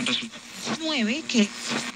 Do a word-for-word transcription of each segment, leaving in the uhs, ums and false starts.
dan resultados. Nueve que...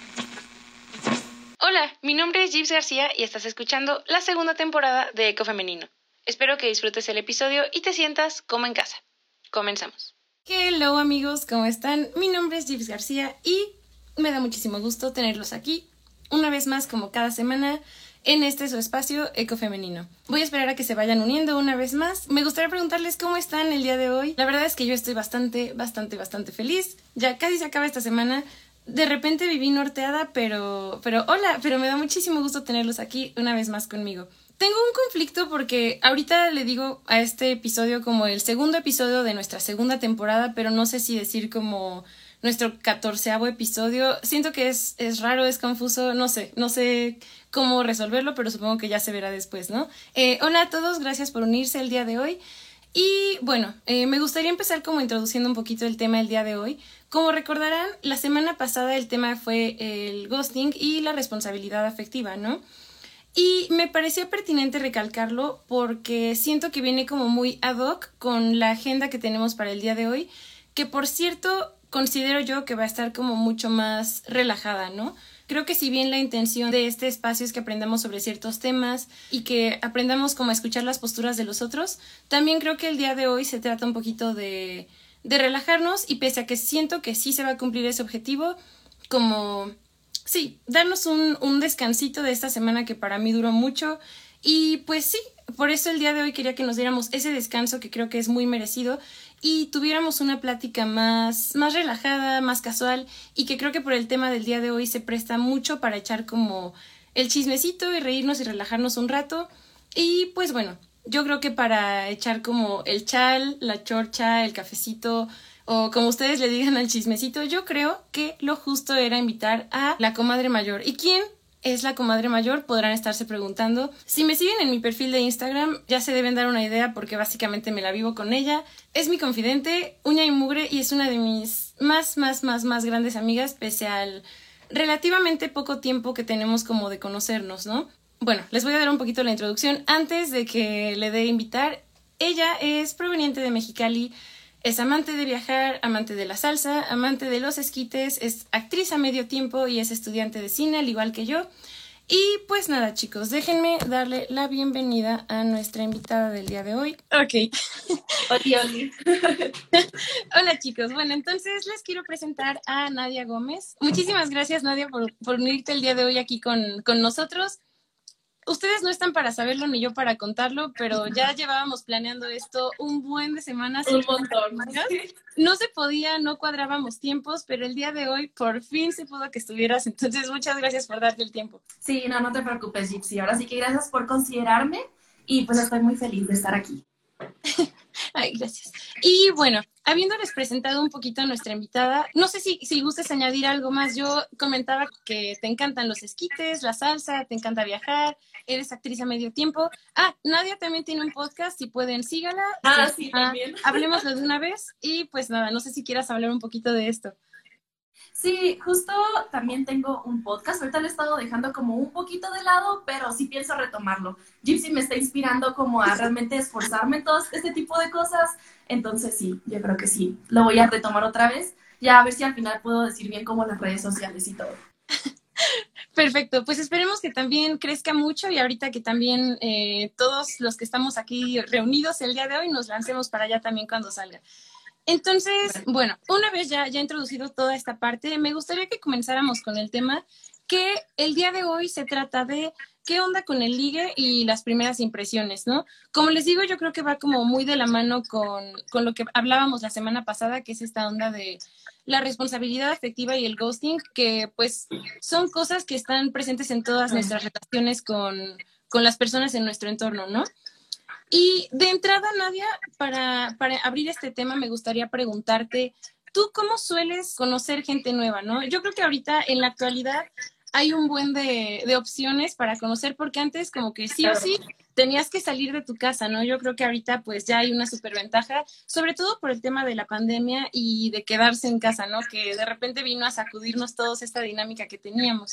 Hola, mi nombre es Gibbs García y estás escuchando la segunda temporada de Eco Femenino. Espero que disfrutes el episodio y te sientas como en casa. Comenzamos. Hello amigos, ¿cómo están? Mi nombre es Gibbs García y me da muchísimo gusto tenerlos aquí una vez más como cada semana en este su espacio Eco Femenino. Voy a esperar a que se vayan uniendo una vez más. Me gustaría preguntarles cómo están el día de hoy. La verdad es que yo estoy bastante, bastante, bastante feliz. Ya casi se acaba esta semana. De repente viví norteada, pero, pero hola, pero me da muchísimo gusto tenerlos aquí una vez más conmigo. Tengo un conflicto porque ahorita le digo a este episodio como el segundo episodio de nuestra segunda temporada, pero no sé si decir como nuestro catorceavo episodio. Siento que es, es raro, es confuso, no sé, no sé cómo resolverlo, pero supongo que ya se verá después, ¿no? Eh, hola a todos, gracias por unirse el día de hoy. Y bueno, eh, me gustaría empezar como introduciendo un poquito el tema del día de hoy. Como recordarán, la semana pasada el tema fue el ghosting y la responsabilidad afectiva, ¿no? Y me parecía pertinente recalcarlo porque siento que viene como muy ad hoc con la agenda que tenemos para el día de hoy, que por cierto considero yo que va a estar como mucho más relajada, ¿no? Creo que si bien la intención de este espacio es que aprendamos sobre ciertos temas y que aprendamos como a escuchar las posturas de los otros, también creo que el día de hoy se trata un poquito de, de relajarnos y pese a que siento que sí se va a cumplir ese objetivo, como, sí, darnos un, un descansito de esta semana que para mí duró mucho y pues sí, por eso el día de hoy quería que nos diéramos ese descanso que creo que es muy merecido y tuviéramos una plática más, más relajada, más casual y que creo que por el tema del día de hoy se presta mucho para echar como el chismecito y reírnos y relajarnos un rato y pues bueno, yo creo que para echar como el chal, la chorcha, el cafecito o como ustedes le digan al chismecito, yo creo que lo justo era invitar a la comadre mayor. ¿Y quién es la comadre mayor? Podrán estarse preguntando. Si me siguen en mi perfil de Instagram, ya se deben dar una idea porque básicamente me la vivo con ella. Es mi confidente, uña y mugre, y es una de mis más, más, más, más grandes amigas, pese al relativamente poco tiempo que tenemos como de conocernos, ¿no? Bueno, les voy a dar un poquito la introducción antes de que le dé invitar. Ella es proveniente de Mexicali. Es amante de viajar, amante de la salsa, amante de los esquites, es actriz a medio tiempo y es estudiante de cine, al igual que yo. Y pues nada, chicos, déjenme darle la bienvenida a nuestra invitada del día de hoy. Ok. Hola, hola. Hola, chicos. Bueno, entonces les quiero presentar a Nadia Gómez. Muchísimas gracias, Nadia, por, por unirte el día de hoy aquí con, con nosotros. Ustedes no están para saberlo ni yo para contarlo, pero ya llevábamos planeando esto un buen de semanas. Un montón. No se podía, no cuadrábamos tiempos, pero el día de hoy por fin se pudo que estuvieras. Entonces, muchas gracias por darte el tiempo. Sí, no, no te preocupes, Gypsy. Ahora sí que gracias por considerarme y pues estoy muy feliz de estar aquí. Ay, gracias. Y bueno, habiéndoles presentado un poquito a nuestra invitada, no sé si, si gustes añadir algo más. Yo comentaba que te encantan los esquites, la salsa, te encanta viajar, eres actriz a medio tiempo. Ah, Nadia también tiene un podcast, si pueden, sígala. Ah, Se sí, llama también. Hablemoslo de una vez y pues nada, no sé si quieras hablar un poquito de esto. Sí, justo también tengo un podcast. Ahorita lo he estado dejando como un poquito de lado, pero sí pienso retomarlo. Gypsy me está inspirando como a realmente esforzarme en todo este tipo de cosas. Entonces sí, yo creo que sí. Lo voy a retomar otra vez. Ya a ver si al final puedo decir bien como las redes sociales y todo. Perfecto, pues esperemos que también crezca mucho y ahorita que también eh, todos los que estamos aquí reunidos el día de hoy nos lancemos para allá también cuando salga. Entonces, bueno, una vez ya, ya introducido toda esta parte, me gustaría que comenzáramos con el tema que el día de hoy se trata de qué onda con el ligue y las primeras impresiones, ¿no? Como les digo, yo creo que va como muy de la mano con, con lo que hablábamos la semana pasada, que es esta onda de la responsabilidad afectiva y el ghosting, que pues son cosas que están presentes en todas nuestras relaciones con, con las personas en nuestro entorno, ¿no? Y de entrada, Nadia, para, para abrir este tema me gustaría preguntarte, ¿tú cómo sueles conocer gente nueva, no? Yo creo que ahorita en la actualidad hay un buen de, de opciones para conocer, porque antes como que sí o sí tenías que salir de tu casa, ¿no? Yo creo que ahorita pues ya hay una superventaja, sobre todo por el tema de la pandemia y de quedarse en casa, ¿no? Que de repente vino a sacudirnos todos esta dinámica que teníamos.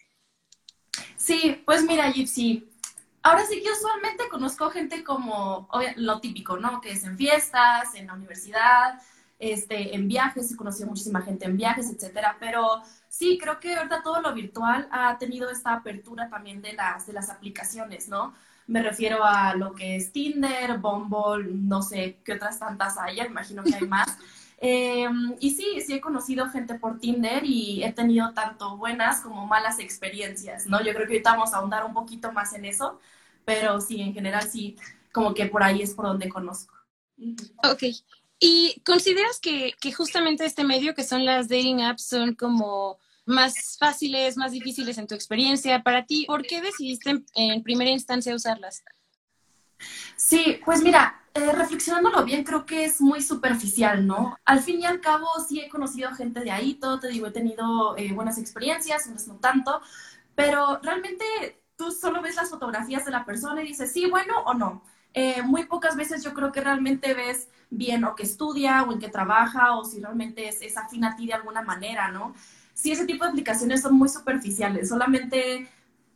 Sí, pues mira, Gypsy, ahora sí que usualmente conozco gente como obvia- lo típico, ¿no? Que es en fiestas, en la universidad, este, en viajes, he conocido muchísima gente en viajes, etcétera, pero sí, creo que ahorita todo lo virtual ha tenido esta apertura también de las, de las aplicaciones, ¿no? Me refiero a lo que es Tinder, Bumble, no sé qué otras tantas hay, imagino que hay más. Eh, y sí, sí he conocido gente por Tinder y he tenido tanto buenas como malas experiencias, ¿no? Yo creo que ahorita vamos a ahondar un poquito más en eso, pero sí, en general sí, como que por ahí es por donde conozco. Ok. ¿Y consideras que, que justamente este medio, que son las dating apps, son como más fáciles, más difíciles en tu experiencia para ti? ¿Por qué decidiste en, en primera instancia usarlas? Sí, pues mira, eh, reflexionándolo bien, creo que es muy superficial, ¿no? Al fin y al cabo, sí he conocido gente de ahí, todo te digo, he tenido eh, buenas experiencias, unas no tanto, pero realmente tú solo ves las fotografías de la persona y dices, sí, bueno o no. Eh, muy pocas veces yo creo que realmente ves bien o que estudia o en qué trabaja o si realmente es, es afín a ti de alguna manera, ¿no? Sí, ese tipo de aplicaciones son muy superficiales, solamente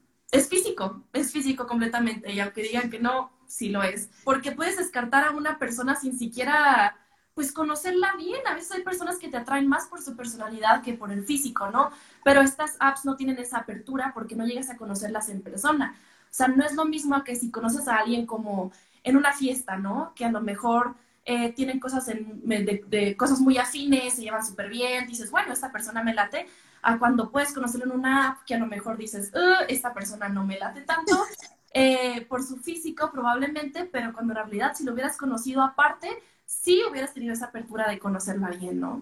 es físico, es físico completamente, y aunque digan que no, sí lo es. Porque puedes descartar a una persona sin siquiera, pues, conocerla bien. A veces hay personas que te atraen más por su personalidad que por el físico, ¿no? Pero estas apps no tienen esa apertura porque no llegas a conocerlas en persona. O sea, no es lo mismo que si conoces a alguien como en una fiesta, ¿no? Que a lo mejor eh, tienen cosas, en, de, de cosas muy afines, se llevan súper bien, dices, bueno, esta persona me late, a cuando puedes conocerlo en una app que a lo mejor dices, uh, esta persona no me late tanto, eh, por su físico probablemente, pero cuando en realidad si lo hubieras conocido aparte, sí hubieras tenido esa apertura de conocerla bien, ¿no?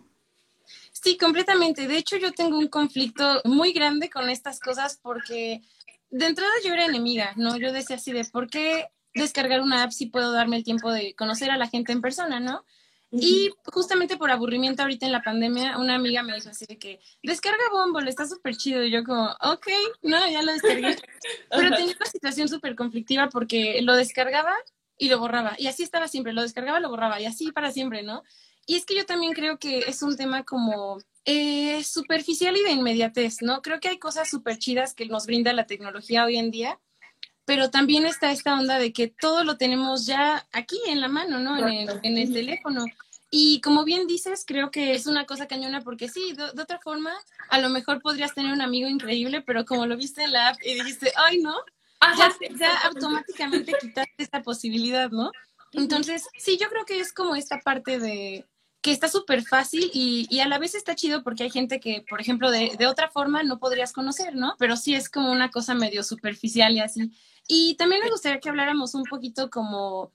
Sí, completamente. De hecho, yo tengo un conflicto muy grande con estas cosas porque de entrada yo era enemiga, ¿no? Yo decía así de, ¿por qué descargar una app si puedo darme el tiempo de conocer a la gente en persona, ¿no? Y justamente por aburrimiento ahorita en la pandemia, una amiga me dijo así de que, descarga Bumble, está súper chido. Y yo como, ok, no, ya lo descargué. Pero tenía una situación súper conflictiva porque lo descargaba y lo borraba. Y así estaba siempre, lo descargaba, lo borraba. Y así para siempre, ¿no? Y es que yo también creo que es un tema como eh, superficial y de inmediatez, ¿no? Creo que hay cosas súper chidas que nos brinda la tecnología hoy en día, pero también está esta onda de que todo lo tenemos ya aquí en la mano, ¿no? En el, en el teléfono. Y como bien dices, creo que es una cosa cañona porque sí, de, de otra forma, a lo mejor podrías tener un amigo increíble, pero como lo viste en la app y dijiste, ay, no, Ajá, ya, sí, ya automáticamente quitaste esta posibilidad, ¿no? Entonces, sí, yo creo que es como esta parte de que está súper fácil y, y a la vez está chido porque hay gente que, por ejemplo, de, de otra forma no podrías conocer, ¿no? Pero sí es como una cosa medio superficial y así. Y también me gustaría que habláramos un poquito como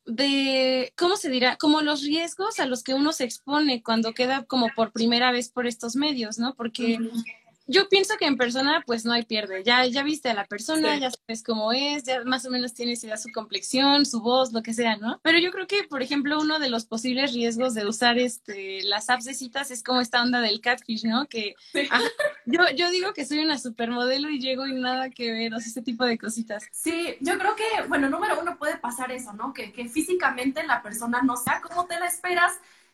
de, ¿cómo se dirá? Como los riesgos a los que uno se expone cuando queda como por primera vez por estos medios, ¿no? Porque yo pienso que en persona, pues no hay pierde. Ya, ya viste a la persona, sí. ya sabes cómo es, ya más o menos tienes idea su complexión, su voz, lo que sea, ¿no? Pero yo creo que, por ejemplo, uno de los posibles riesgos de usar este, las apps de citas es como esta onda del catfish, ¿no? Que Sí. ajá, yo, yo digo que soy una supermodelo y llego y nada que ver, o sea, ese tipo de cositas. Sí, yo creo que, bueno, número uno puede pasar eso, ¿no? Que, que físicamente la persona no sea como te la esperas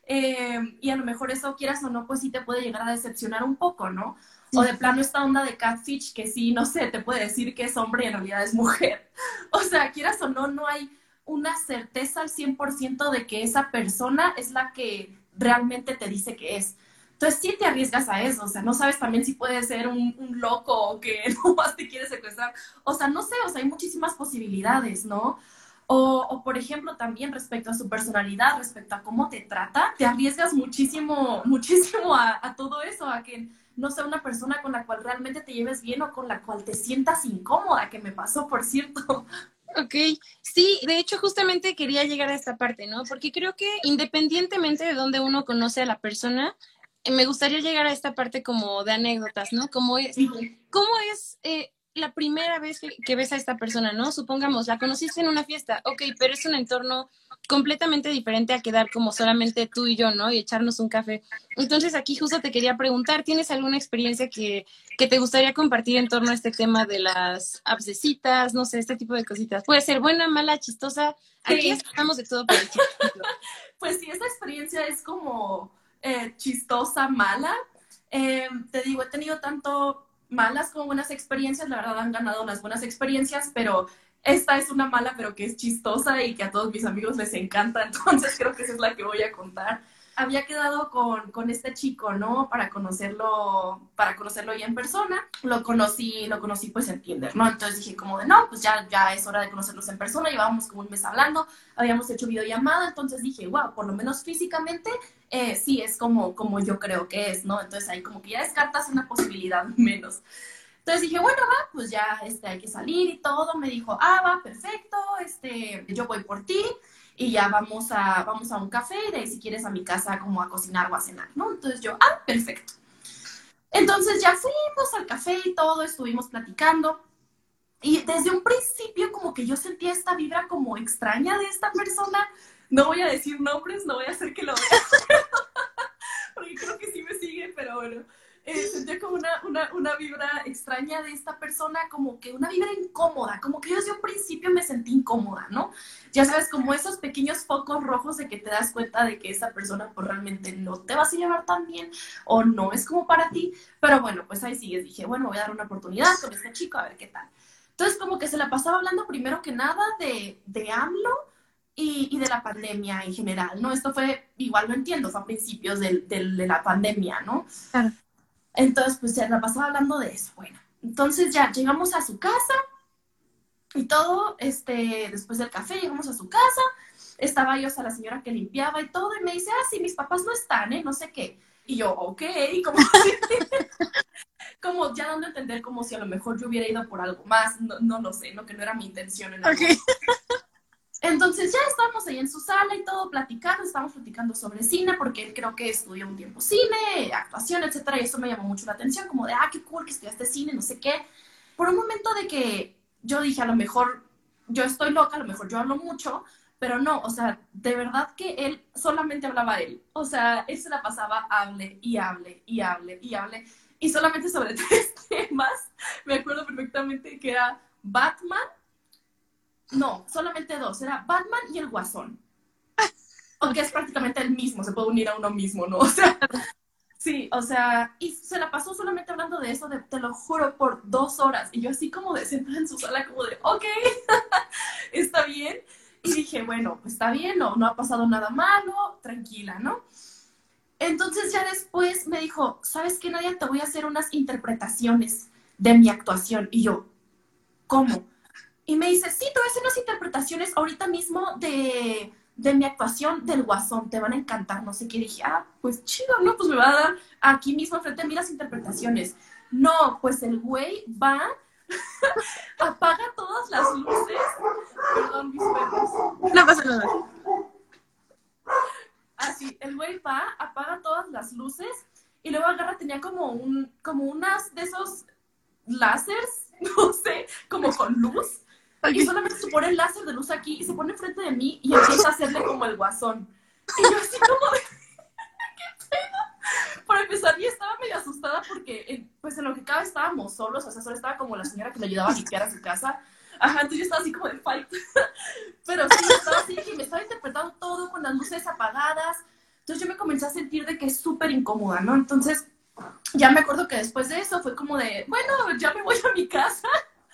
eh, y a lo mejor eso, quieras o no, pues sí te puede llegar a decepcionar un poco, ¿no? O de plano esta onda de catfish que sí, no sé, te puede decir que es hombre y en realidad es mujer. O sea, quieras o no, no hay una certeza al cien por ciento de que esa persona es la que realmente te dice que es. Entonces sí te arriesgas a eso, o sea, no sabes también si puede ser un, un loco que nomás te quiere secuestrar. O sea, no sé, o sea, hay muchísimas posibilidades, ¿no? O, o, por ejemplo, también respecto a su personalidad, respecto a cómo te trata, te arriesgas muchísimo, muchísimo a, a todo eso, a que no sea una persona con la cual realmente te lleves bien o con la cual te sientas incómoda, que me pasó, por cierto. Ok, sí, de hecho justamente quería llegar a esta parte, ¿no? Porque creo que independientemente de dónde uno conoce a la persona, eh, me gustaría llegar a esta parte como de anécdotas, ¿no? Como es, ¿cómo es eh, la primera vez que, que ves a esta persona, ¿no? Supongamos, la conociste en una fiesta, ok, pero es un entorno completamente diferente a quedar como solamente tú y yo, ¿no? Y echarnos un café. Entonces aquí justo te quería preguntar, ¿tienes alguna experiencia que que te gustaría compartir en torno a este tema de las apps de citas, no sé, este tipo de cositas? Puede ser buena, mala, chistosa. Aquí Sí. estamos de todo por el chiste. Pues sí, esta experiencia es como eh, chistosa, mala. Eh, te digo, he tenido tanto malas como buenas experiencias, la verdad han ganado las buenas experiencias, pero esta es una mala, pero que es chistosa y que a todos mis amigos les encanta, entonces creo que esa es la que voy a contar. había quedado con, con este chico, ¿no? Para conocerlo, para conocerlo ya en persona. Lo conocí, lo conocí pues en Tinder, ¿no? Entonces dije como de, no, pues ya, ya es hora de conocerlos en persona. Llevábamos como un mes hablando, habíamos hecho videollamada, entonces dije, wow, por lo menos físicamente, eh, sí, es como, como yo creo que es, ¿no? Entonces ahí como que ya descartas una posibilidad menos. Entonces dije, bueno, va, pues ya este, hay que salir y todo. Me dijo, ah, va, perfecto, este, yo voy por ti y ya vamos a, vamos a un café y de ahí si quieres a mi casa como a cocinar o a cenar, ¿no? Entonces yo, ah, perfecto. Entonces ya fuimos al café y todo, estuvimos platicando. Y desde un principio como que yo sentía esta vibra como extraña de esta persona. No voy a decir nombres, no voy a hacer que lo vean, porque creo que sí me sigue, pero bueno. Eh, sentía como una, una, una vibra extraña de esta persona, como que una vibra incómoda, como que yo desde un principio me sentí incómoda, ¿no? Ya sabes, como esos pequeños focos rojos de que te das cuenta de que esa persona pues realmente no te vas a llevar tan bien o no es como para ti, pero bueno, pues ahí sigues, dije, bueno, voy a dar una oportunidad con este chico a ver qué tal. Entonces como que se la pasaba hablando primero que nada de, de AMLO y, y de la pandemia en general, ¿no? Esto fue, igual lo entiendo, fue a principios de, de, de la pandemia, ¿no? Claro. Entonces, pues ya la pasaba hablando de eso. Bueno, entonces ya llegamos a su casa y todo, este, después del café llegamos a su casa, estaba yo, o sea, la señora que limpiaba y todo, y me dice, ah, sí, mis papás no están, ¿eh? No sé qué. Y yo, ok, como, como ya dando a entender como si a lo mejor yo hubiera ido por algo más, no, no lo sé, ¿no? Que no era mi intención en algo. Okay. Entonces ya estábamos ahí en su sala y todo platicando, estábamos platicando sobre cine, porque él creo que estudió un tiempo cine, actuación, etcétera, y eso me llamó mucho la atención, como de, ah, qué cool que estudiaste cine, no sé qué. Por un momento de que yo dije, a lo mejor yo estoy loca, a lo mejor yo hablo mucho, pero no, o sea, de verdad que él solamente hablaba él. O sea, él se la pasaba hable y hable y hable y hable, y solamente sobre tres temas. Me acuerdo perfectamente que era Batman. No, solamente dos. Era Batman y el Guasón. Aunque es prácticamente el mismo, se puede unir a uno mismo, ¿no? O sea, sí, o sea, y se la pasó solamente hablando de eso, de, te lo juro, por dos horas. Y yo así como de sentada en su sala, como de, ok, está bien. Y dije, bueno, pues está bien, no, no ha pasado nada malo, tranquila, ¿no? Entonces ya después me dijo, ¿sabes qué, Nadia? Te voy a hacer unas interpretaciones de mi actuación. Y yo, ¿cómo? Y me dice, sí, te voy a hacer unas interpretaciones ahorita mismo de, de mi actuación del Guasón, te van a encantar, no sé qué. Dije, ah, pues chido, ¿no? Pues me va a dar aquí mismo frente a mí las interpretaciones. No, pues el güey va, apaga todas las luces. Perdón, mis perros. No pasa nada. Así, el güey va, apaga todas las luces y luego agarra, tenía como un, como unas de esos láseres, no sé, como con luz. Okay. Y solamente se pone el láser de luz aquí y se pone enfrente de mí y empieza a hacerle como el Guasón. Y yo así como de, ¿qué pedo? Para empezar, yo estaba medio asustada porque, pues en lo que cabe estábamos solos, o sea, solo estaba como la señora que le ayudaba a limpiar a su casa. Ajá, entonces yo estaba así como de fight. Pero sí, estaba así y me estaba interpretando todo con las luces apagadas. Entonces yo me comencé a sentir de que es súper incómoda, ¿no? Entonces ya me acuerdo que después de eso fue como de, bueno, ya me voy a mi casa.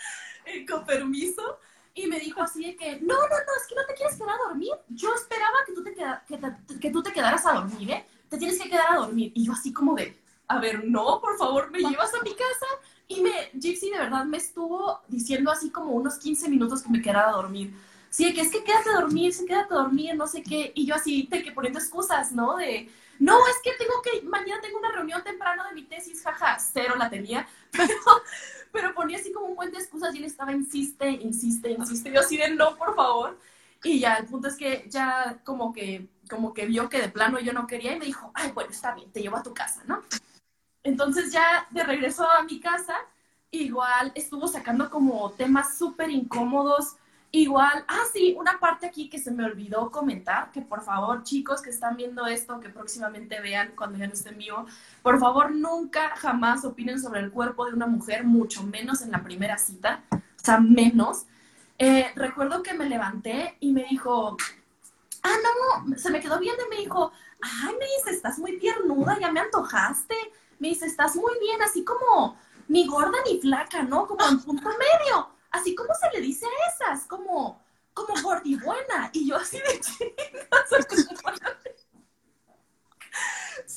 Eh, con permiso, y me dijo así de que, no, no, no, es que no te quieres quedar a dormir, yo esperaba que tú te, queda, que, te, que tú te quedaras a dormir, ¿eh? Te tienes que quedar a dormir, y yo así como de, a ver, no, por favor, me llevas a mi casa, y me, Gypsy de verdad me estuvo diciendo así como unos quince minutos que me quedara a dormir, sí, de que es que quédate a dormir, sí, quédate a dormir, no sé qué, y yo así, de que poniendo excusas, ¿no? De, no, es que tengo que, mañana tengo una reunión temprano de mi tesis, jaja, cero la tenía, pero... pero ponía así como un buen de excusas y él estaba, insiste, insiste, insiste, yo así de no, por favor, y ya, el punto es que ya como que, como que vio que de plano yo no quería y me dijo, ay, bueno, está bien, te llevo a tu casa, ¿no? Entonces ya de regreso a mi casa, igual estuvo sacando como temas súper incómodos, igual, ah, sí, una parte aquí que se me olvidó comentar, que por favor, chicos que están viendo esto, que próximamente vean cuando ya no esté en vivo, por favor, nunca, jamás opinen sobre el cuerpo de una mujer, mucho menos en la primera cita, o sea, menos. Eh, recuerdo que me levanté y me dijo, ah, no, se me quedó viendo y me dijo, ay, me dice, estás muy piernuda, ya me antojaste, me dice, estás muy bien, así como ni gorda ni flaca, ¿no? Como en punto medio. Así como se le dice a esas, como, como gordibuena. Y yo así de chicas.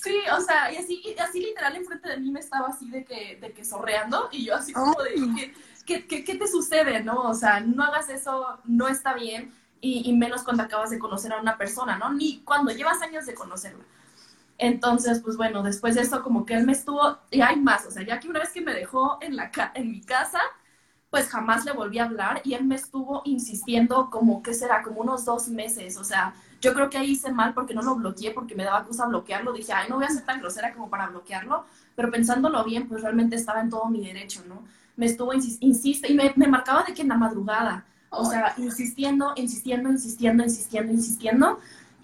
Sí, o sea, y así, y así literal enfrente de mí me estaba así de que, de que sorreando, y yo así como de, ¿qué, qué, qué, qué te sucede, no? O sea, no hagas eso, no está bien, y, y menos cuando acabas de conocer a una persona, ¿no? Ni cuando llevas años de conocerla. Entonces, pues bueno, después de eso como que él me estuvo, y hay más, o sea, ya que una vez que me dejó en, la ca en mi casa, pues jamás le volví a hablar y él me estuvo insistiendo como, ¿qué será? Como unos dos meses, o sea, yo creo que ahí hice mal porque no lo bloqueé, porque me daba cosa bloquearlo, dije, ay, no voy a ser tan grosera como para bloquearlo, pero pensándolo bien, pues realmente estaba en todo mi derecho, ¿no? Me estuvo, insis insiste, y me, me marcaba de que en la madrugada, o sea, insistiendo, insistiendo, insistiendo, insistiendo, insistiendo,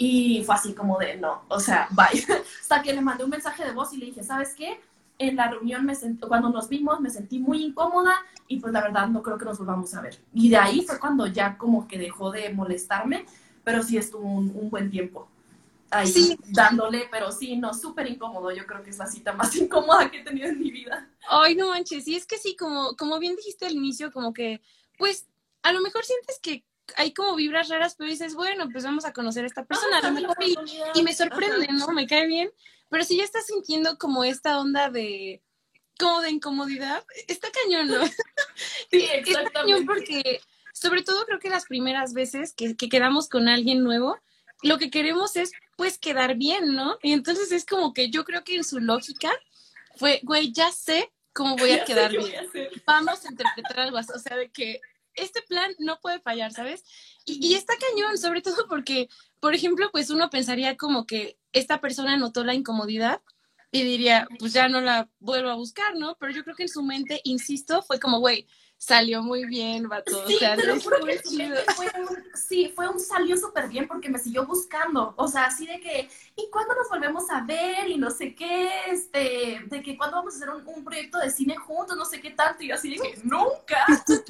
y fue así como de, no, o sea, bye. Hasta que le mandé un mensaje de voz y le dije, ¿sabes qué? En la reunión, me sent cuando nos vimos, me sentí muy incómoda y pues la verdad no creo que nos volvamos a ver. Y de ahí fue cuando ya como que dejó de molestarme, pero sí estuvo un, un buen tiempo ahí sí. dándole, pero sí, no, súper incómodo. Yo creo que es la cita más incómoda que he tenido en mi vida. Ay, no manches, y es que sí, como, como bien dijiste al inicio, como que, pues, a lo mejor sientes que hay como vibras raras, pero dices, bueno, pues vamos a conocer a esta persona, ah, a lo mejor, y, y me sorprende, ajá, ¿no? Me cae bien, pero si ya estás sintiendo como esta onda de, como de incomodidad, está cañón, ¿no? Sí, exactamente. Está cañón porque, sobre todo creo que las primeras veces que, que quedamos con alguien nuevo, lo que queremos es, pues, quedar bien, ¿no? Y entonces es como que yo creo que en su lógica fue, güey, ya sé cómo voy a quedar bien. Vamos a interpretar algo así, o sea, de que este plan no puede fallar, ¿sabes? Y, y está cañón, sobre todo porque, por ejemplo, pues uno pensaría como que esta persona notó la incomodidad y diría, pues ya no la vuelvo a buscar, ¿no? Pero yo creo que en su mente, insisto, fue como, güey, salió muy bien, vato. Sí, o sea, te lo juro que muy en su mente fue un, sí, fue un salió súper bien porque me siguió buscando, o sea, así de que, ¿y cuándo nos volvemos a ver? Y no sé qué, este, de que cuándo vamos a hacer un, un proyecto de cine juntos, no sé qué tanto, y yo así de que, ¡nunca!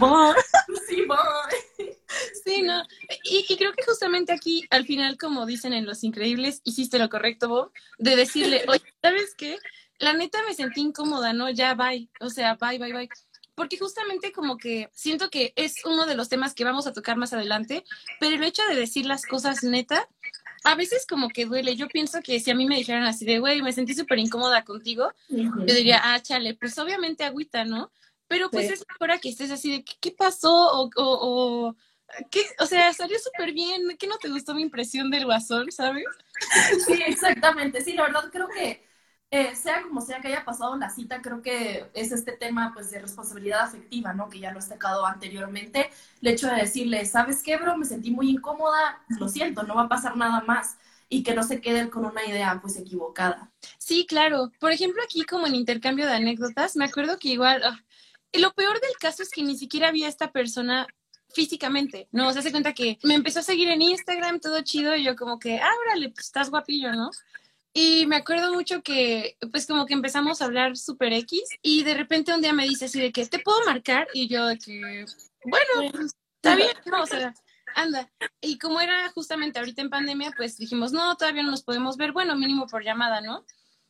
Sí, bye. Sí, no, y, y creo que justamente aquí, al final, como dicen en Los Increíbles, hiciste lo correcto, Bob, de decirle, oye, ¿sabes qué? La neta me sentí incómoda, ¿no? Ya, bye, o sea, bye, bye, bye. Porque justamente como que siento que es uno de los temas que vamos a tocar más adelante, pero el hecho de decir las cosas neta, a veces como que duele. Yo pienso que si a mí me dijeran así de, güey, me sentí súper incómoda contigo, uh-huh, yo diría, ah, chale, pues obviamente agüita, ¿no? Pero pues sí, es mejor a que estés así de, ¿qué, qué pasó? O, o, o, ¿qué? O sea, salió súper bien, ¿qué no te gustó mi impresión del guasón, sabes? Sí, exactamente, sí, la verdad creo que Eh, sea como sea que haya pasado la cita, creo que es este tema pues de responsabilidad afectiva, ¿no? Que ya lo he sacado anteriormente. El hecho de decirle, ¿sabes qué, bro? Me sentí muy incómoda, lo siento, no va a pasar nada más. Y que no se queden con una idea pues equivocada. Sí, claro. Por ejemplo, aquí como en intercambio de anécdotas, me acuerdo que igual, oh, lo peor del caso es que ni siquiera había esta persona físicamente, ¿no? O sea, se cuenta que me empezó a seguir en Instagram, todo chido, y yo como que, ah, órale, pues estás guapillo, ¿no? Y me acuerdo mucho que, pues como que empezamos a hablar súper X y de repente un día me dice así de que, ¿te puedo marcar? Y yo de que, bueno, pues está bien, ¿no? O sea, anda. Y como era justamente ahorita en pandemia, pues dijimos, no, todavía no nos podemos ver, bueno, mínimo por llamada, ¿no?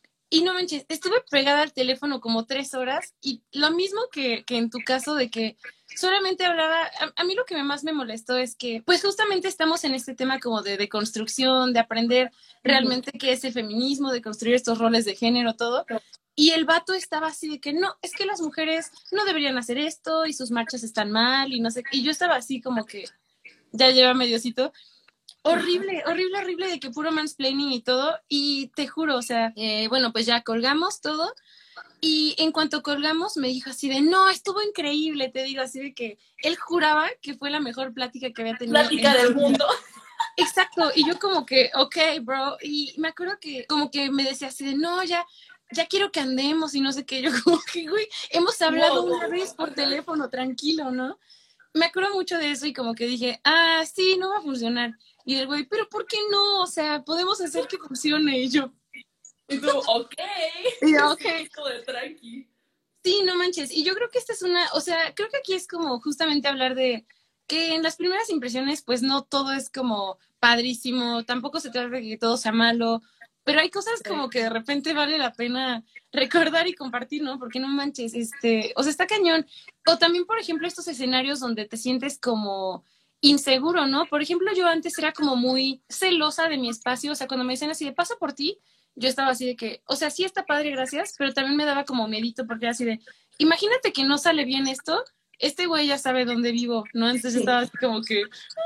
Y no manches, estuve pegada al teléfono como tres horas y lo mismo que, que en tu caso de que solamente hablaba, a, a mí lo que más me molestó es que pues justamente estamos en este tema como de, de construcción, de aprender realmente qué es el feminismo, de construir estos roles de género, todo. Y el vato estaba así de que no, es que las mujeres no deberían hacer esto y sus marchas están mal y no sé, y yo estaba así como que ya lleva mediocito. Horrible, horrible, horrible de que puro mansplaining y todo, y te juro, o sea, eh, bueno, pues ya colgamos todo, y en cuanto colgamos me dijo así de, no, estuvo increíble, te digo, así de que él juraba que fue la mejor plática que había tenido. Plática del mundo. Exacto, y yo como que, ok, bro, y me acuerdo que como que me decía así de, no, ya, ya quiero que andemos y no sé qué, yo como que, güey, hemos hablado wow, una wow, vez por teléfono, tranquilo, ¿no? Me acuerdo mucho de eso y como que dije, ah, sí, no va a funcionar. Y el güey, pero ¿por qué no? O sea, podemos hacer que funcione. Y yo, y tú, ok. Y yo, ok. De tranqui. Sí, no manches. Y yo creo que esta es una, o sea, creo que aquí es como justamente hablar de que en las primeras impresiones, pues no todo es como padrísimo, tampoco se trata de que todo sea malo, pero hay cosas como que de repente vale la pena recordar y compartir, ¿no? Porque no manches, este, o sea, está cañón. O también, por ejemplo, estos escenarios donde te sientes como inseguro, ¿no? Por ejemplo, yo antes era como muy celosa de mi espacio, o sea, cuando me decían así de paso por ti, yo estaba así de que, o sea, sí está padre, gracias, pero también me daba como miedito porque era así de, imagínate que no sale bien esto, este güey ya sabe dónde vivo, ¿no? Entonces Sí. estaba así como que...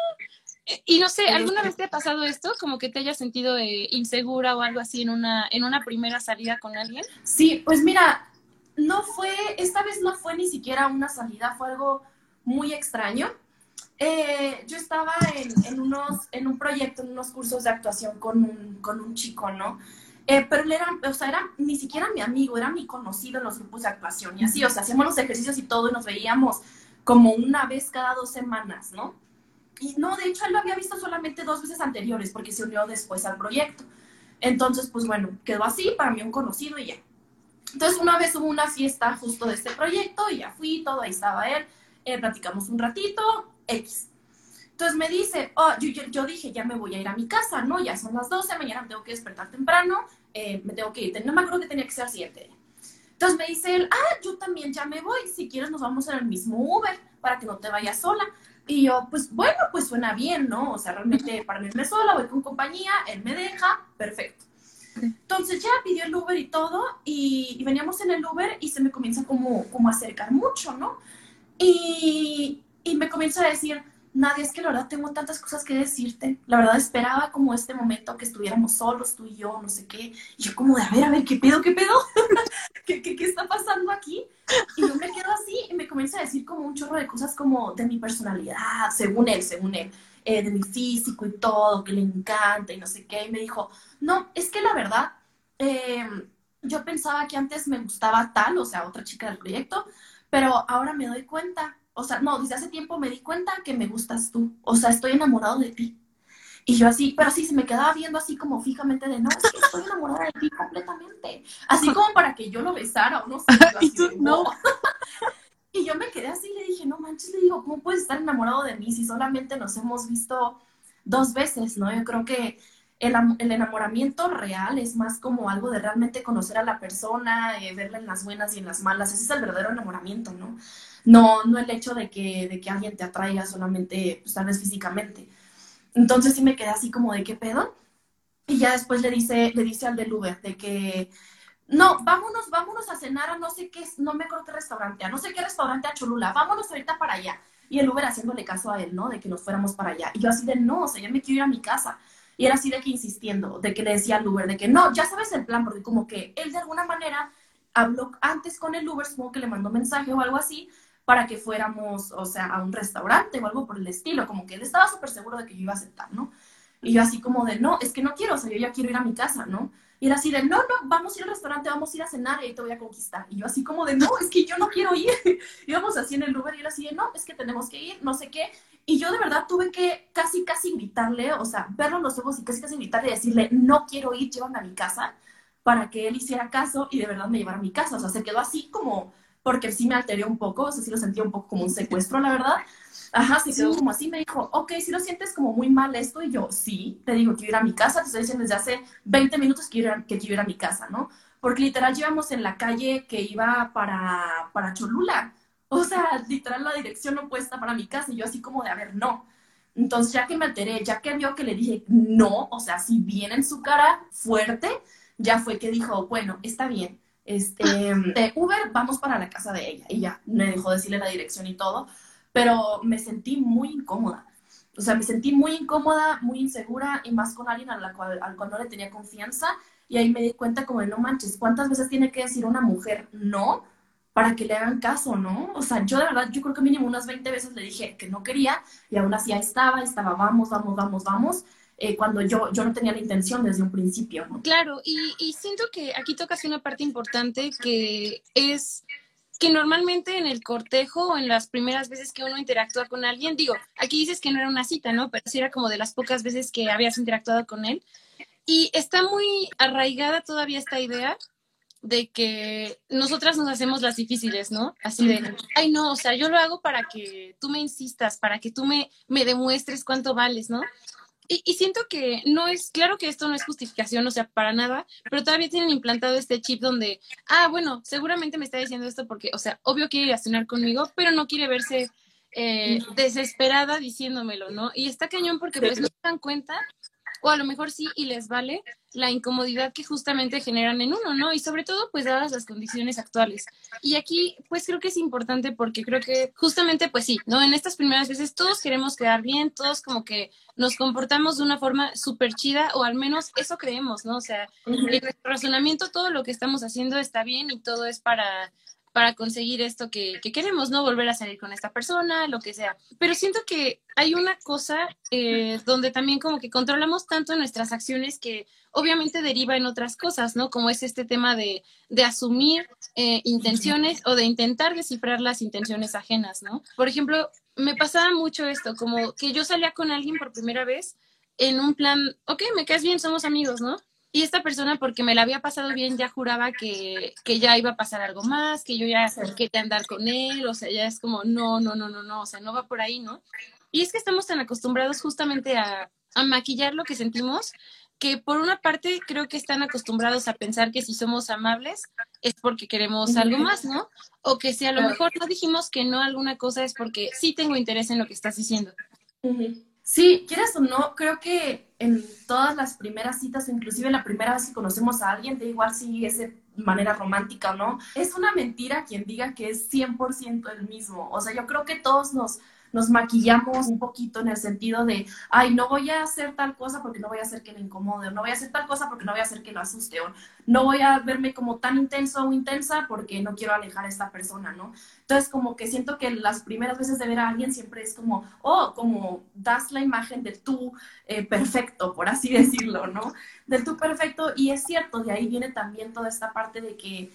Y no sé, ¿alguna Eh, vez te ha pasado esto? Como que te hayas sentido eh, insegura o algo así en una, en una primera salida con alguien. Sí, pues mira, no fue, esta vez no fue ni siquiera una salida, fue algo muy extraño. Eh, yo estaba en, en, unos, en un proyecto, en unos cursos de actuación con un, con un chico, ¿no? Eh, pero él era, o sea, era ni siquiera mi amigo, era mi conocido en los grupos de actuación y así, o sea, hacíamos los ejercicios y todo y nos veíamos como una vez cada dos semanas, ¿no? Y no, de hecho, él lo había visto solamente dos veces anteriores porque se unió después al proyecto. Entonces, pues bueno, quedó así, para mí un conocido y ya. Entonces, una vez hubo una fiesta justo de este proyecto y ya fui, todo, ahí estaba él, eh, platicamos un ratito, X. Entonces me dice, oh, yo, yo, yo, dije, ya me voy a ir a mi casa, ¿no? Ya son las doce, mañana me tengo que despertar temprano, eh, me tengo que ir, no me acuerdo que tenía que ser siete. Entonces me dice él, ah, yo también ya me voy, si quieres nos vamos en el mismo Uber para que no te vayas sola. Y yo, pues bueno, pues suena bien, ¿no? O sea, realmente para mí irme sola, voy con compañía, él me deja, perfecto. Entonces ya pidió el Uber y todo, y, y veníamos en el Uber y se me comienza como, como a acercar mucho, ¿no? Y, y me comienza a decir, Nadia, es que la verdad tengo tantas cosas que decirte. La verdad esperaba como este momento que estuviéramos solos, tú y yo, no sé qué. Y yo como de, a ver, a ver, ¿qué pedo, qué pedo? ¿Qué, qué, qué está pasando aquí? Y yo me quedo así y me comienza a decir como un chorro de cosas como de mi personalidad, según él, según él, eh, de mi físico y todo, que le encanta y no sé qué. Y me dijo, no, es que la verdad, eh, yo pensaba que antes me gustaba tal, o sea, otra chica del proyecto, pero ahora me doy cuenta, o sea, no, desde hace tiempo me di cuenta que me gustas tú, o sea, estoy enamorado de ti. Y yo así, pero sí, se me quedaba viendo así como fijamente de, no, es que estoy enamorada de ti completamente. Así como para que yo lo besara o no sé, yo Y así tú, de, no. wow. Y yo me quedé así y le dije, no manches, le digo, ¿cómo puedes estar enamorado de mí si solamente nos hemos visto dos veces, ¿no? Yo creo que el, el enamoramiento real es más como algo de realmente conocer a la persona, eh, verla en las buenas y en las malas. Ese es el verdadero enamoramiento, ¿no? No, no el hecho de que, de que alguien te atraiga solamente, pues tal vez físicamente. Entonces sí me quedé así como de qué pedo. Y ya después le dice, le dice al del Uber de que no, vámonos, vámonos a cenar a no sé qué, no me acuerdo qué restaurante, a no sé qué restaurante a Cholula, vámonos ahorita para allá. Y el Uber haciéndole caso a él, ¿no? De que nos fuéramos para allá. Y yo así de, no, o sea, ya me quiero ir a mi casa. Y era así de que insistiendo, de que le decía al Uber, de que no, ya sabes el plan, porque como que él de alguna manera habló antes con el Uber, supongo que le mandó mensaje o algo así, para que fuéramos, o sea, a un restaurante o algo por el estilo, como que él estaba súper seguro de que yo iba a aceptar, ¿no? Y yo así como de, no, es que no quiero, o sea, yo ya quiero ir a mi casa, ¿no? Y era así de, no, no, vamos a ir al restaurante, vamos a ir a cenar y ahí te voy a conquistar. Y yo así como de, no, es que yo no quiero ir. Íbamos así en el Uber y era así de, no, es que tenemos que ir, no sé qué. Y yo de verdad tuve que casi, casi invitarle, o sea, verlo en los ojos y casi, casi invitarle y decirle, no quiero ir, llévame a mi casa, para que él hiciera caso y de verdad me llevara a mi casa. O sea, se quedó así como, porque sí me alteré un poco, o sea, sí lo sentía un poco como un secuestro, la verdad. Ajá, se quedó como así, me dijo, ok, si lo sientes como muy mal esto, y yo, sí, te digo, quiero ir a mi casa, te estoy diciendo desde hace veinte minutos que quiero, que quiero ir a mi casa, ¿no? Porque literal llevamos en la calle que iba para, para Cholula, o sea, literal la dirección opuesta para mi casa, y yo así como de, a ver, no. Entonces, ya que me alteré, ya que vio que le dije no, o sea, si bien en su cara fuerte, ya fue que dijo, bueno, está bien, este, de Uber, vamos para la casa de ella, y ya, me dejó decirle la dirección y todo, pero me sentí muy incómoda. O sea, me sentí muy incómoda, muy insegura y más con alguien a la cual, al cual no le tenía confianza. Y ahí me di cuenta como de, no manches, ¿cuántas veces tiene que decir una mujer no para que le hagan caso, no? O sea, yo de verdad, yo creo que mínimo unas veinte veces le dije que no quería y aún así ahí estaba, estaba, vamos, vamos, vamos, vamos, eh, cuando yo, yo no tenía la intención desde un principio, ¿no? Claro, y, y siento que aquí tocas una parte importante que es que normalmente en el cortejo o en las primeras veces que uno interactúa con alguien, digo, aquí dices que no era una cita, ¿no? Pero sí era como de las pocas veces que habías interactuado con él. Y está muy arraigada todavía esta idea de que nosotras nos hacemos las difíciles, ¿no? Así de, ay, no, o sea, yo lo hago para que tú me insistas, para que tú me, me demuestres cuánto vales, ¿no? Y, y siento que no es, claro que esto no es justificación, o sea, para nada, pero todavía tienen implantado este chip donde, ah, bueno, seguramente me está diciendo esto porque, o sea, obvio quiere ir a cenar conmigo, pero no quiere verse eh, desesperada diciéndomelo, ¿no? Y está cañón porque pues no se dan cuenta o a lo mejor sí y les vale la incomodidad que justamente generan en uno, ¿no? Y sobre todo, pues, dadas las condiciones actuales. Y aquí, pues, creo que es importante porque creo que justamente, pues sí, ¿no? En estas primeras veces todos queremos quedar bien, todos como que nos comportamos de una forma súper chida, o al menos eso creemos, ¿no? O sea, Uh-huh. en nuestro razonamiento todo lo que estamos haciendo está bien y todo es para para conseguir esto que, que queremos, ¿no? Volver a salir con esta persona, lo que sea. Pero siento que hay una cosa eh, donde también como que controlamos tanto nuestras acciones que obviamente deriva en otras cosas, ¿no? Como es este tema de, de asumir eh, intenciones o de intentar descifrar las intenciones ajenas, ¿no? Por ejemplo, me pasaba mucho esto, como que yo salía con alguien por primera vez en un plan, ok, me caes bien, somos amigos, ¿no? Y esta persona, porque me la había pasado bien, ya juraba que, que ya iba a pasar algo más, que yo ya quería andar con él, o sea, ya es como, no, no, no, no, no, o sea, no va por ahí, ¿no? Y es que estamos tan acostumbrados justamente a, a maquillar lo que sentimos, que por una parte creo que están acostumbrados a pensar que si somos amables es porque queremos algo más, ¿no? O que si a lo mejor no dijimos que no a alguna cosa es porque sí tengo interés en lo que estás diciendo. Uh-huh. Sí, quieras o no, creo que en todas las primeras citas, o inclusive la primera vez que conocemos a alguien, da igual si es de manera romántica o no, es una mentira quien diga que es cien por ciento el mismo. O sea, yo creo que todos nos, nos maquillamos un poquito en el sentido de, ay, no voy a hacer tal cosa porque no voy a hacer que le incomode, o no voy a hacer tal cosa porque no voy a hacer que lo asuste, o no voy a verme como tan intenso o intensa porque no quiero alejar a esta persona, ¿no? Entonces, como que siento que las primeras veces de ver a alguien siempre es como, oh, como das la imagen del tú eh, perfecto, por así decirlo, ¿no? Del tú perfecto, y es cierto, de ahí viene también toda esta parte de que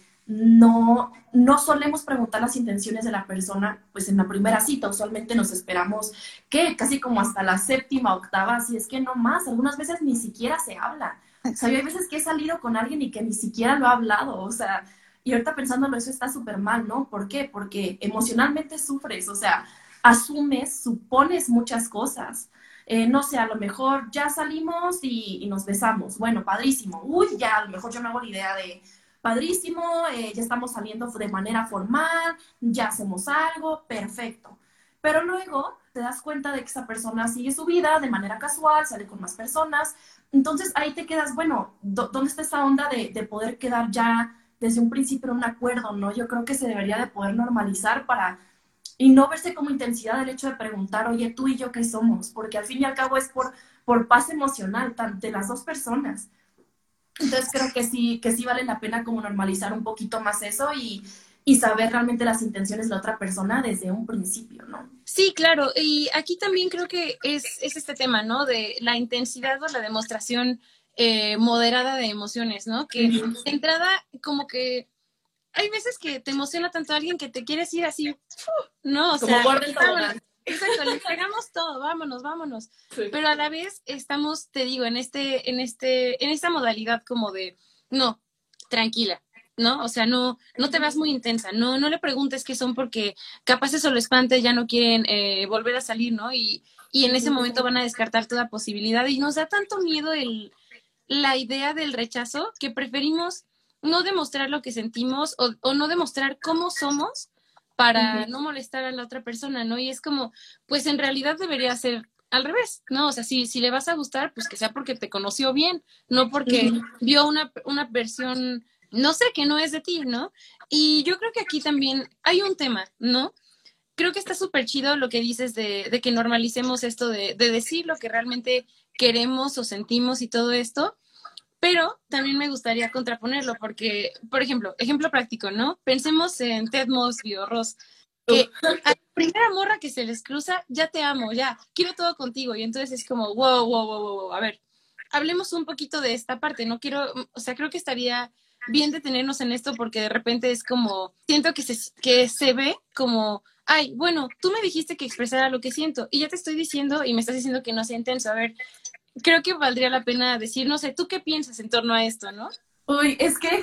no, no solemos preguntar las intenciones de la persona, pues en la primera cita, usualmente nos esperamos, que casi como hasta la séptima, octava, si es que no más, algunas veces ni siquiera se habla. O sea, yo hay veces que he salido con alguien y que ni siquiera lo ha hablado, o sea, y ahorita pensándolo, eso está súper mal, ¿no? ¿Por qué? Porque emocionalmente sufres, o sea, asumes, supones muchas cosas. Eh, no sé, a lo mejor ya salimos y, y nos besamos. Bueno, padrísimo. Uy, ya, a lo mejor yo me hago la idea de, padrísimo, eh, ya estamos saliendo de manera formal, ya hacemos algo, perfecto. Pero luego te das cuenta de que esa persona sigue su vida de manera casual, sale con más personas. Entonces ahí te quedas, bueno, ¿dónde está esa onda de, de poder quedar ya desde un principio en un acuerdo, ¿no? Yo creo que se debería de poder normalizar para, y no verse como intensidad el hecho de preguntar, oye, tú y yo, ¿qué somos? Porque al fin y al cabo es por, por paz emocional de las dos personas. Entonces creo que sí, que sí vale la pena como normalizar un poquito más eso y, y saber realmente las intenciones de la otra persona desde un principio, ¿no? Sí, claro, y aquí también creo que es, es este tema, ¿no? De la intensidad o la demostración eh, moderada de emociones, ¿no? Que uh-huh. de entrada como que hay veces que te emociona tanto a alguien que te quieres ir así, ¿no? O como sea, borde tobogán. Exacto, le entregamos todo, vámonos, vámonos. Sí. Pero a la vez estamos, te digo, en este, en este, en esta modalidad como de, no, tranquila, ¿no? O sea, no, no te veas muy intensa, no, no le preguntes qué son porque capaz eso lo espanta y ya no quieren eh, volver a salir, ¿no? Y, y en ese momento van a descartar toda posibilidad y nos da tanto miedo el, la idea del rechazo que preferimos no demostrar lo que sentimos o, o no demostrar cómo somos para uh-huh. no molestar a la otra persona, ¿no? Y es como, pues en realidad debería ser al revés, ¿no? O sea, si, si le vas a gustar, pues que sea porque te conoció bien, no porque uh-huh. vio una, una versión, no sé, que no es de ti, ¿no? Y yo creo que aquí también hay un tema, ¿no? Creo que está súper chido lo que dices de, de que normalicemos esto de, de decir lo que realmente queremos o sentimos y todo esto, pero también me gustaría contraponerlo porque, por ejemplo, ejemplo práctico, ¿no? Pensemos en Ted Mosby o Ross, que a la primera morra que se les cruza, ya te amo, ya, quiero todo contigo. Y entonces es como, wow, wow, wow, wow, a ver, hablemos un poquito de esta parte, no quiero, o sea, creo que estaría bien detenernos en esto porque de repente es como, siento que se, que se ve como, ay, bueno, tú me dijiste que expresara lo que siento y ya te estoy diciendo y me estás diciendo que no sea intenso, a ver, creo que valdría la pena decir, no sé, ¿tú qué piensas en torno a esto, no? Uy, es que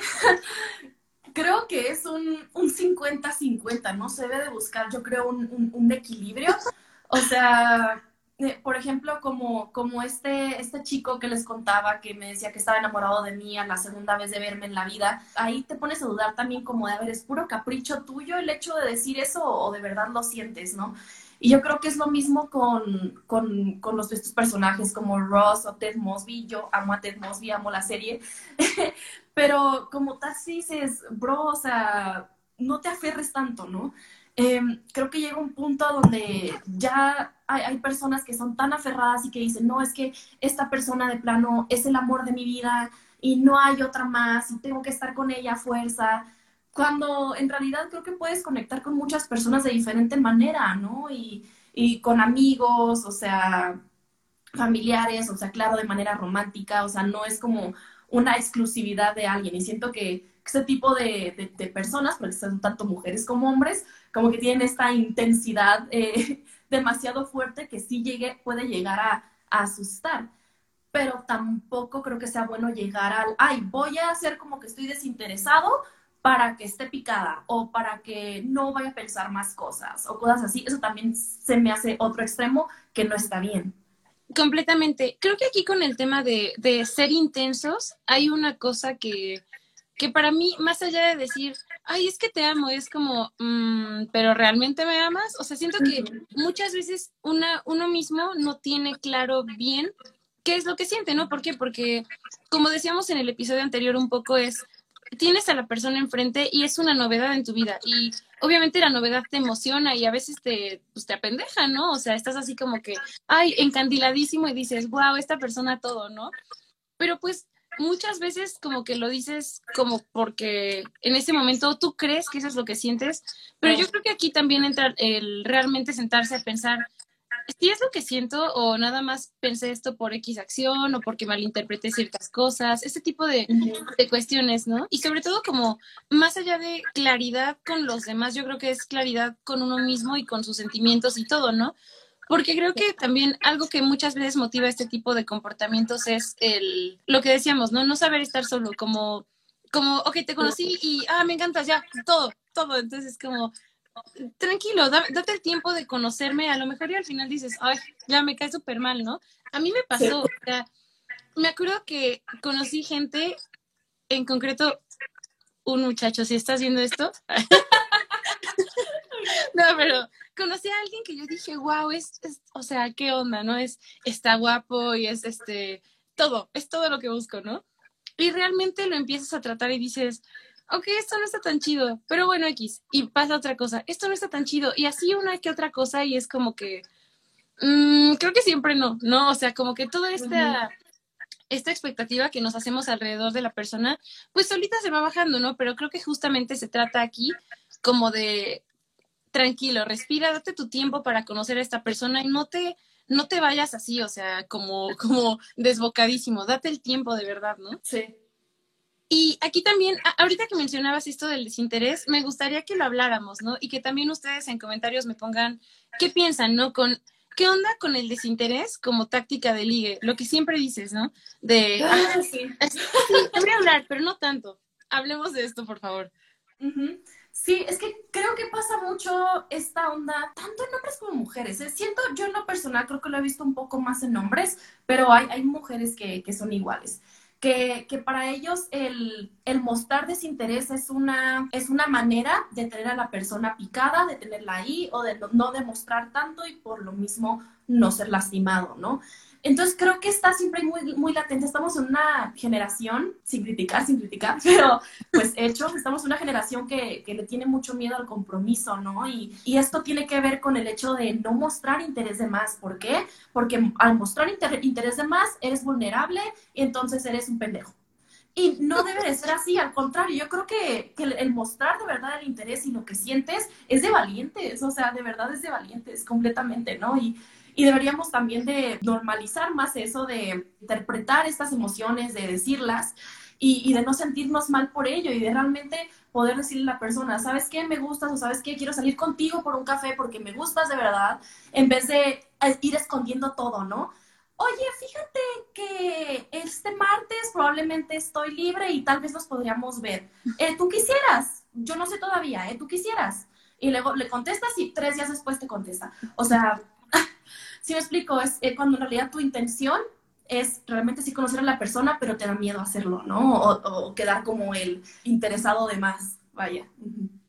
creo que es un, un cincuenta cincuenta, ¿no? Se debe de buscar, yo creo, un, un, un equilibrio. O sea, eh, por ejemplo, como, como este, este chico que les contaba, que me decía que estaba enamorado de mí a la segunda vez de verme en la vida, ahí te pones a dudar también como de, a ver, ¿es puro capricho tuyo el hecho de decir eso o de verdad lo sientes, no? Y yo creo que es lo mismo con, con, con los, estos personajes como Ross o Ted Mosby. Yo amo a Ted Mosby, amo la serie. Pero como tal, sí dices, bro, o sea, no te aferres tanto, ¿no? Eh, creo que llega un punto donde ya hay, hay personas que son tan aferradas y que dicen, no, es que esta persona de plano es el amor de mi vida y no hay otra más y tengo que estar con ella a fuerza, cuando en realidad creo que puedes conectar con muchas personas de diferente manera, ¿no? Y, y con amigos, o sea, familiares, o sea, claro, de manera romántica, o sea, no es como una exclusividad de alguien. Y siento que ese tipo de, de, de personas, porque son tanto mujeres como hombres, como que tienen esta intensidad eh, demasiado fuerte que sí llegue, puede llegar a, a asustar. Pero tampoco creo que sea bueno llegar al, ay, voy a hacer como que estoy desinteresado para que esté picada o para que no vaya a pensar más cosas o cosas así. Eso también se me hace otro extremo que no está bien. Completamente. Creo que aquí con el tema de, de ser intensos, hay una cosa que, que para mí, más allá de decir, ay, es que te amo, es como, mmm, pero ¿realmente me amas? O sea, siento que muchas veces una, uno mismo no tiene claro bien qué es lo que siente, ¿no? ¿Por qué? Porque, como decíamos en el episodio anterior un poco, es, tienes a la persona enfrente y es una novedad en tu vida. Y obviamente la novedad te emociona y a veces te, pues, te apendeja, ¿no? O sea, estás así como que, ay, encandiladísimo y dices, wow, esta persona todo, ¿no? Pero pues muchas veces como que lo dices como porque en ese momento tú crees que eso es lo que sientes, pero yo creo que aquí también entra el realmente sentarse a pensar si es lo que siento o nada más pensé esto por X acción o porque malinterpreté ciertas cosas, ese tipo de, de cuestiones, ¿no? Y sobre todo como más allá de claridad con los demás, yo creo que es claridad con uno mismo y con sus sentimientos y todo, ¿no? Porque creo que también algo que muchas veces motiva este tipo de comportamientos es el, lo que decíamos, ¿no? No saber estar solo, como, como, ok, te conocí y, ah, me encantas, ya, todo, todo. Entonces, como, tranquilo, da, date el tiempo de conocerme, a lo mejor y al final dices, ay, ya me cae súper mal, ¿no? A mí me pasó, o sea, me acuerdo que conocí gente, en concreto, un muchacho, si estás viendo esto, no, pero conocí a alguien que yo dije, wow, es, es, o sea, qué onda, ¿no? Es, está guapo y es este, todo, es todo lo que busco, ¿no? Y realmente lo empiezas a tratar y dices, ok, esto no está tan chido, pero bueno, X, y pasa otra cosa, esto no está tan chido, y así una que otra cosa, y es como que, mmm, creo que siempre no, ¿no? O sea, como que toda esta, esta expectativa que nos hacemos alrededor de la persona, pues solita se va bajando, ¿no? Pero creo que justamente se trata aquí como de tranquilo, respira, date tu tiempo para conocer a esta persona y no te, no te vayas así, o sea, como, como desbocadísimo, date el tiempo de verdad, ¿no? Sí. Y aquí también, a- ahorita que mencionabas esto del desinterés, me gustaría que lo habláramos, ¿no? Y que también ustedes en comentarios me pongan qué piensan, ¿no? Con, ¿qué onda con el desinterés como táctica de ligue? Lo que siempre dices, ¿no? De, ah, Ah, sí. sí, te voy a hablar, pero no tanto. Hablemos de esto, por favor. Uh-huh. Sí, es que creo que pasa mucho esta onda, tanto en hombres como mujeres. ¿eh? Siento, yo en lo personal creo que lo he visto un poco más en hombres, pero hay, hay mujeres que, que son iguales. Que, que para ellos el, el mostrar desinterés es una, es una manera de tener a la persona picada, de tenerla ahí, o de no, no demostrar tanto y por lo mismo no ser lastimado, ¿no? Entonces creo que está siempre muy, muy latente. Estamos en una generación, sin criticar, sin criticar, pero pues hechos, estamos en una generación que, que le tiene mucho miedo al compromiso, ¿no? Y, y esto tiene que ver con el hecho de no mostrar interés de más. ¿Por qué? Porque al mostrar inter interés de más, eres vulnerable y entonces eres un pendejo. Y no debe de ser así, al contrario, yo creo que, que el, el mostrar de verdad el interés y lo que sientes es de valientes, o sea, de verdad es de valientes completamente, ¿no? Y, y deberíamos también de normalizar más eso, de interpretar estas emociones, de decirlas y, y de no sentirnos mal por ello y de realmente poder decirle a la persona, ¿sabes qué? Me gustas o ¿sabes qué? Quiero salir contigo por un café porque me gustas de verdad, en vez de ir escondiendo todo, ¿no? Oye, fíjate que este martes probablemente estoy libre y tal vez nos podríamos ver. Eh, ¿Tú quisieras? Yo no sé todavía, ¿eh? ¿Tú quisieras? Y luego le contestas y tres días después te contesta. O sea, si me explico, es eh, cuando en realidad tu intención es realmente sí conocer a la persona, pero te da miedo hacerlo, ¿no? O, o quedar como el interesado de más, vaya. Uh-huh.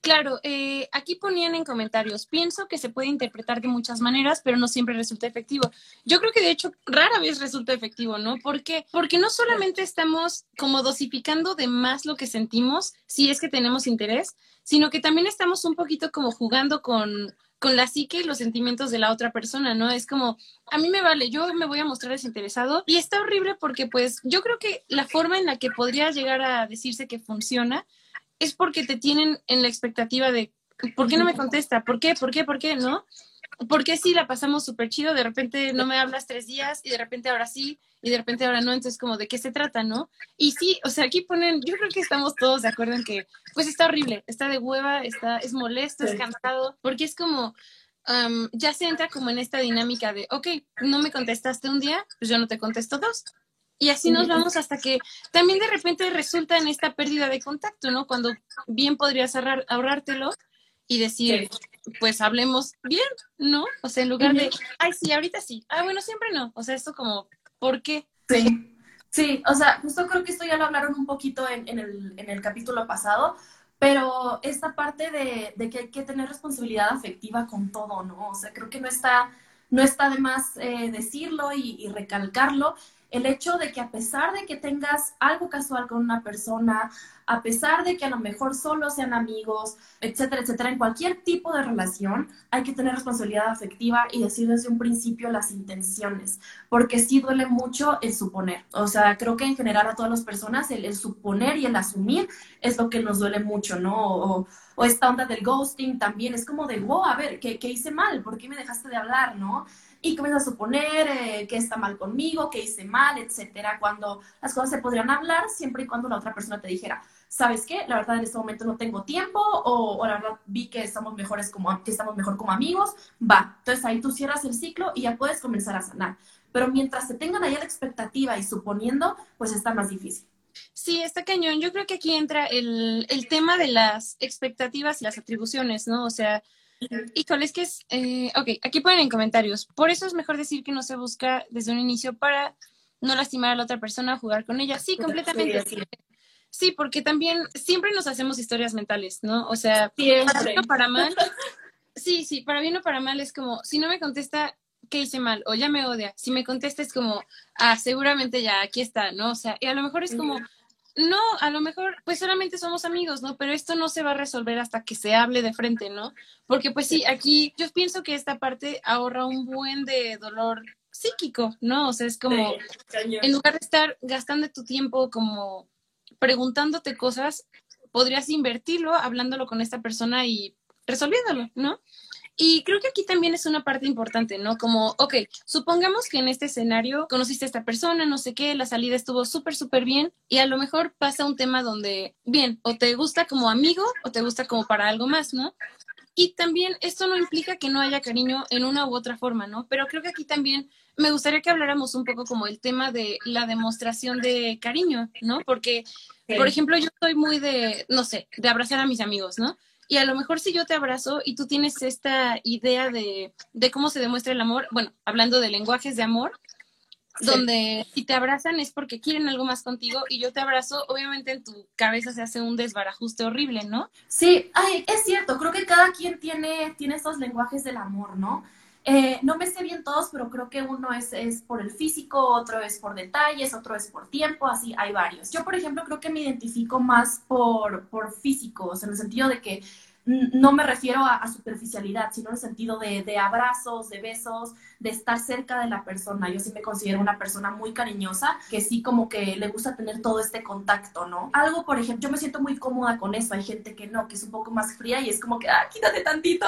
Claro, eh, aquí ponían en comentarios, pienso que se puede interpretar de muchas maneras, pero no siempre resulta efectivo. Yo creo que de hecho rara vez resulta efectivo, ¿no? ¿Por qué? Porque no solamente estamos como dosificando de más lo que sentimos, si es que tenemos interés, sino que también estamos un poquito como jugando con, con la psique y los sentimientos de la otra persona, ¿no? Es como, a mí me vale, yo me voy a mostrar desinteresado y está horrible porque pues yo creo que la forma en la que podría llegar a decirse que funciona es porque te tienen en la expectativa de ¿por qué no me contesta? ¿Por qué? ¿Por qué? ¿Por qué? ¿No? ¿Por qué si la pasamos súper chido? De repente no me hablas tres días y de repente ahora sí y de repente ahora no. Entonces, como, ¿de qué se trata, no? Y sí, o sea, aquí ponen, yo creo que estamos todos de acuerdo en que, pues está horrible, está de hueva, está, es molesto, es cansado, porque es como, um, ya se entra como en esta dinámica de, ok, no me contestaste un día, pues yo no te contesto dos. Y así nos vamos hasta que también de repente resulta en esta pérdida de contacto, ¿no? Cuando bien podrías ahorrar, ahorrártelo y decir, sí, pues hablemos bien, ¿no? O sea, en lugar uh-huh. de, ay, sí, ahorita sí. Ah, bueno, siempre no. O sea, esto como, ¿por qué? Sí, sí, o sea, justo creo que esto ya lo hablaron un poquito en, en, el, en el capítulo pasado, pero esta parte de, de que hay que tener responsabilidad afectiva con todo, ¿no? O sea, creo que no está, no está de más eh, decirlo y, y recalcarlo. El hecho de que a pesar de que tengas algo casual con una persona, a pesar de que a lo mejor solo sean amigos, etcétera, etcétera, en cualquier tipo de relación hay que tener responsabilidad afectiva y decir desde un principio las intenciones, porque sí duele mucho el suponer. O sea, creo que en general a todas las personas el, el suponer y el asumir es lo que nos duele mucho, ¿no? O, o esta onda del ghosting también es como de, wow, a ver, ¿qué, qué hice mal? ¿Por qué me dejaste de hablar, no? Y comienzas a suponer eh, que está mal conmigo, que hice mal, etcétera, cuando las cosas se podrían hablar siempre y cuando la otra persona te dijera, ¿sabes qué? La verdad en este momento no tengo tiempo o, o la verdad vi que estamos, mejores como, que estamos mejor como amigos, va. Entonces ahí tú cierras el ciclo y ya puedes comenzar a sanar. Pero mientras te tengan ahí la expectativa y suponiendo, pues está más difícil. Sí, está cañón. Yo creo que aquí entra el, el tema de las expectativas y las atribuciones, ¿no? O sea, híjole, es que es, eh, ok, aquí ponen en comentarios, por eso es mejor decir que no se busca desde un inicio para no lastimar a la otra persona, jugar con ella. Sí, completamente. Sí, sí, porque también siempre nos hacemos historias mentales, ¿no? O sea, siempre. Para bien o para mal, sí, sí, para bien o para mal es como, si no me contesta, ¿qué hice mal? O ya me odia. Si me contesta es como, ah, seguramente ya, aquí está, ¿no? O sea, y a lo mejor es como... No, a lo mejor, pues solamente somos amigos, ¿no? Pero esto no se va a resolver hasta que se hable de frente, ¿no? Porque pues sí, aquí yo pienso que esta parte ahorra un buen de dolor psíquico, ¿no? O sea, es como, sí, en lugar de estar gastando tu tiempo como preguntándote cosas, podrías invertirlo hablándolo con esta persona y resolviéndolo, ¿no? Y creo que aquí también es una parte importante, ¿no? Como, ok, supongamos que en este escenario conociste a esta persona, no sé qué, la salida estuvo súper, súper bien y a lo mejor pasa un tema donde, bien, o te gusta como amigo o te gusta como para algo más, ¿no? Y también esto no implica que no haya cariño en una u otra forma, ¿no? Pero creo que aquí también me gustaría que habláramos un poco como el tema de la demostración de cariño, ¿no? Porque, sí, por ejemplo, yo soy muy de, no sé, de abrazar a mis amigos, ¿no? Y a lo mejor si yo te abrazo y tú tienes esta idea de, de cómo se demuestra el amor, bueno, hablando de lenguajes de amor, sí, donde si te abrazan es porque quieren algo más contigo y yo te abrazo, obviamente en tu cabeza se hace un desbarajuste horrible, ¿no? Sí, ay, es cierto, creo que cada quien tiene, tiene estos lenguajes del amor, ¿no? Eh, no me sé bien todos, pero creo que uno es, es por el físico, otro es por detalles, otro es por tiempo, así hay varios. Yo, por ejemplo, creo que me identifico más por, por físico, o sea, en el sentido de que no me refiero a, a superficialidad, sino en el sentido de, de abrazos, de besos, de estar cerca de la persona. Yo sí me considero una persona muy cariñosa, que sí como que le gusta tener todo este contacto, ¿no? Algo, por ejemplo, yo me siento muy cómoda con eso. Hay gente que no, que es un poco más fría y es como que, ah, quítate tantito.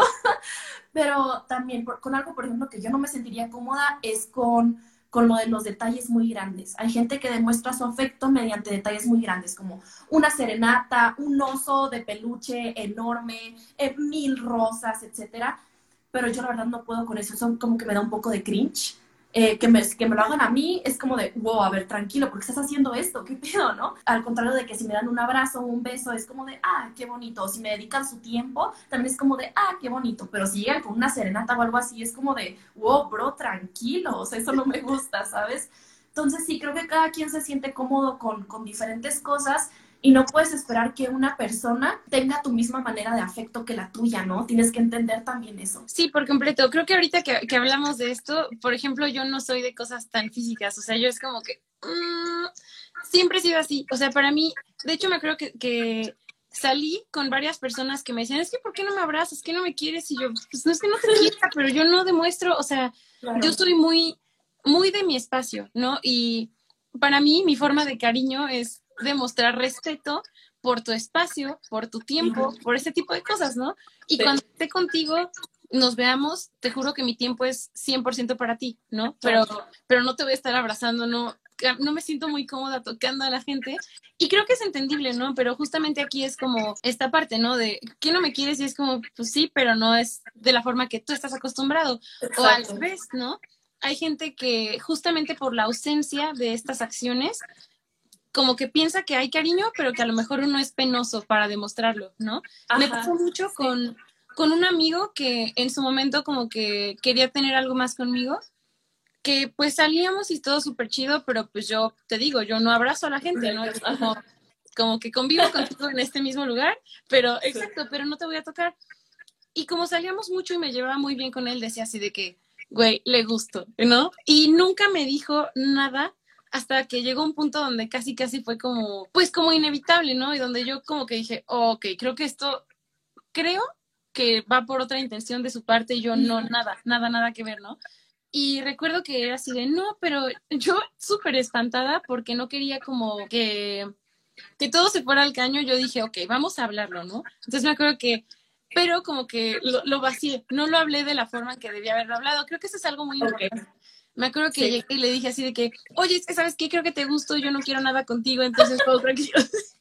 Pero también por, con algo, por ejemplo, que yo no me sentiría cómoda es con... con lo de los detalles muy grandes. Hay gente que demuestra su afecto mediante detalles muy grandes, como una serenata, un oso de peluche enorme, eh, mil rosas, etcétera. Pero yo la verdad no puedo con eso, eso como que me da un poco de cringe. Eh, que, me, que me lo hagan a mí es como de, wow, a ver, tranquilo, ¿por qué estás haciendo esto? ¿Qué pedo, no? Al contrario de que si me dan un abrazo o un beso es como de, ah, qué bonito. O si me dedican su tiempo, también es como de, ah, qué bonito. Pero si llegan con una serenata o algo así, es como de, wow, bro, tranquilo. O sea, eso no me gusta, ¿sabes? Entonces sí, creo que cada quien se siente cómodo con, con diferentes cosas y no puedes esperar que una persona tenga tu misma manera de afecto que la tuya, ¿no? Tienes que entender también eso. Sí, por completo. Creo que ahorita que, que hablamos de esto, por ejemplo, yo no soy de cosas tan físicas, o sea, yo es como que mmm, siempre he sido así, o sea, para mí, de hecho me acuerdo que, que salí con varias personas que me decían, es que ¿por qué no me abrazas? ¿Qué no me quieres? Y yo, pues no es que no te quiera, pero yo no demuestro, o sea, claro. Yo soy muy, muy de mi espacio, ¿no? Y para mí, mi forma de cariño es demostrar respeto por tu espacio, por tu tiempo, uh-huh. por ese tipo de cosas, ¿no? Y sí. Cuando esté contigo, nos veamos, te juro que mi tiempo es cien por ciento para ti, ¿no? Pero, pero no te voy a estar abrazando, no, no me siento muy cómoda tocando a la gente. Y creo que es entendible, ¿no? Pero justamente aquí es como esta parte, ¿no? De, ¿qué no me quieres? Y es como, pues sí, pero no es de la forma que tú estás acostumbrado. Exacto. O al revés, ¿no? Hay gente que justamente por la ausencia de estas acciones como que piensa que hay cariño, pero que a lo mejor uno es penoso para demostrarlo, ¿no? Ajá, me pasó mucho sí. con, con un amigo que en su momento como que quería tener algo más conmigo, que pues salíamos y todo súper chido, pero pues yo te digo, yo no abrazo a la gente, ¿no? Es como, como que convivo contigo en este mismo lugar, pero exacto, pero no te voy a tocar. Y como salíamos mucho y me llevaba muy bien con él, decía así de que, güey, le gusto, ¿no? Y nunca me dijo nada hasta que llegó un punto donde casi, casi fue como, pues como inevitable, ¿no? Y donde yo como que dije, oh, ok, creo que esto, creo que va por otra intención de su parte y yo no, nada, nada, nada que ver, ¿no? Y recuerdo que era así de, no, pero yo súper espantada porque no quería como que, que todo se fuera al caño. Yo dije, ok, vamos a hablarlo, ¿no? Entonces me acuerdo que, pero como que lo, lo vacié, no lo hablé de la forma en que debía haberlo hablado. Creo que eso es algo muy okay. importante. Me acuerdo que sí. llegué y le dije así de que, oye, es que ¿sabes qué? Creo que te gusto, yo no quiero nada contigo, entonces todo tranquilo.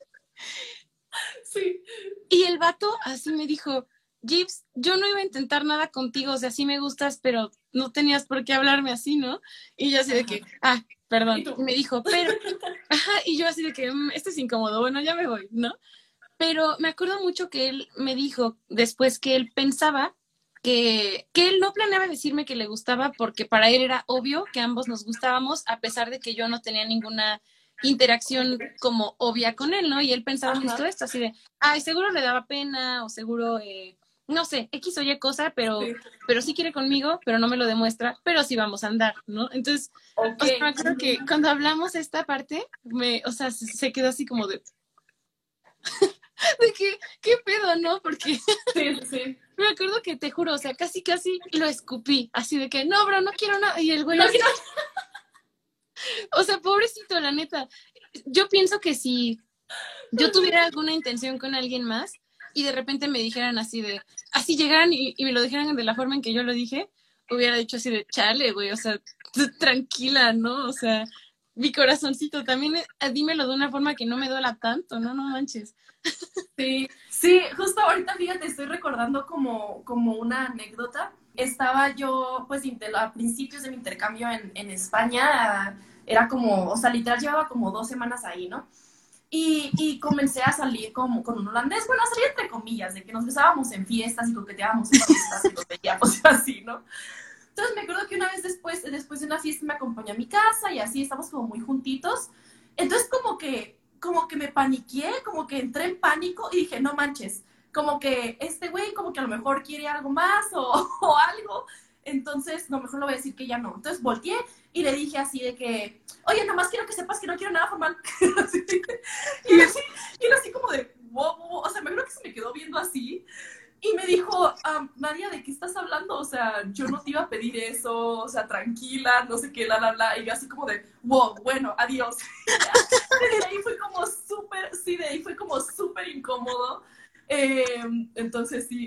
Sí. Y el vato así me dijo, Gibbs, yo no iba a intentar nada contigo, o sea, sí me gustas, pero no tenías por qué hablarme así, ¿no? Y yo así de que, ah, perdón. Y me dijo, pero, ajá, y yo así de que, mmm, esto es incómodo, bueno, ya me voy, ¿no? Pero me acuerdo mucho que él me dijo después que él pensaba que, que él no planeaba decirme que le gustaba porque para él era obvio que ambos nos gustábamos, a pesar de que yo no tenía ninguna interacción como obvia con él, ¿no? Y él pensaba Ajá. justo esto, así de, ay, seguro le daba pena o seguro, eh, no sé, X o Y cosa, pero sí. pero sí quiere conmigo, pero no me lo demuestra, pero sí vamos a andar, ¿no? Entonces, okay. o sea, me acuerdo que cuando hablamos esta parte, me, o sea, se, se quedó así como de... de que, ¿qué pedo, no? Porque sí, sí. me acuerdo que te juro, o sea, casi, casi lo escupí, así de que, no, bro, no quiero nada, y el güey... No así, quiero... o sea, pobrecito, la neta, yo pienso que si yo tuviera alguna intención con alguien más y de repente me dijeran así de, así llegaran y, y me lo dijeran de la forma en que yo lo dije, hubiera dicho así de, chale, güey, o sea, tranquila, ¿no? O sea, mi corazoncito, también dímelo de una forma que no me duela tanto, ¿no? No manches. Sí, sí, justo ahorita, fíjate, estoy recordando como, como una anécdota. Estaba yo, pues, a principios de mi intercambio en, en España, era como, o sea, literal llevaba como dos semanas ahí, ¿no? Y, y comencé a salir como con un holandés, bueno, a salir entre comillas, de que nos besábamos en fiestas y coqueteábamos en fiestas y nos veíamos así, ¿no? Entonces me acuerdo que una vez después, después de una fiesta me acompañó a mi casa y así estamos como muy juntitos. Entonces como que, como que me paniqué, como que entré en pánico y dije, no manches, como que este güey como que a lo mejor quiere algo más o, o algo. Entonces, no, mejor lo voy a decir que ya no. Entonces volteé y le dije así de que, oye, nada más quiero que sepas que no quiero nada formal. Así, y, él así, y él así como de, wow, wow, o sea, me acuerdo que se me quedó viendo así. Y me dijo, um, Nadia, ¿de qué estás hablando? O sea, yo no te iba a pedir eso, o sea, tranquila, no sé qué, la, la, la. Y yo así como de, wow, bueno, adiós. De ahí fue como súper, sí, de ahí fue como súper incómodo. Eh, entonces, sí.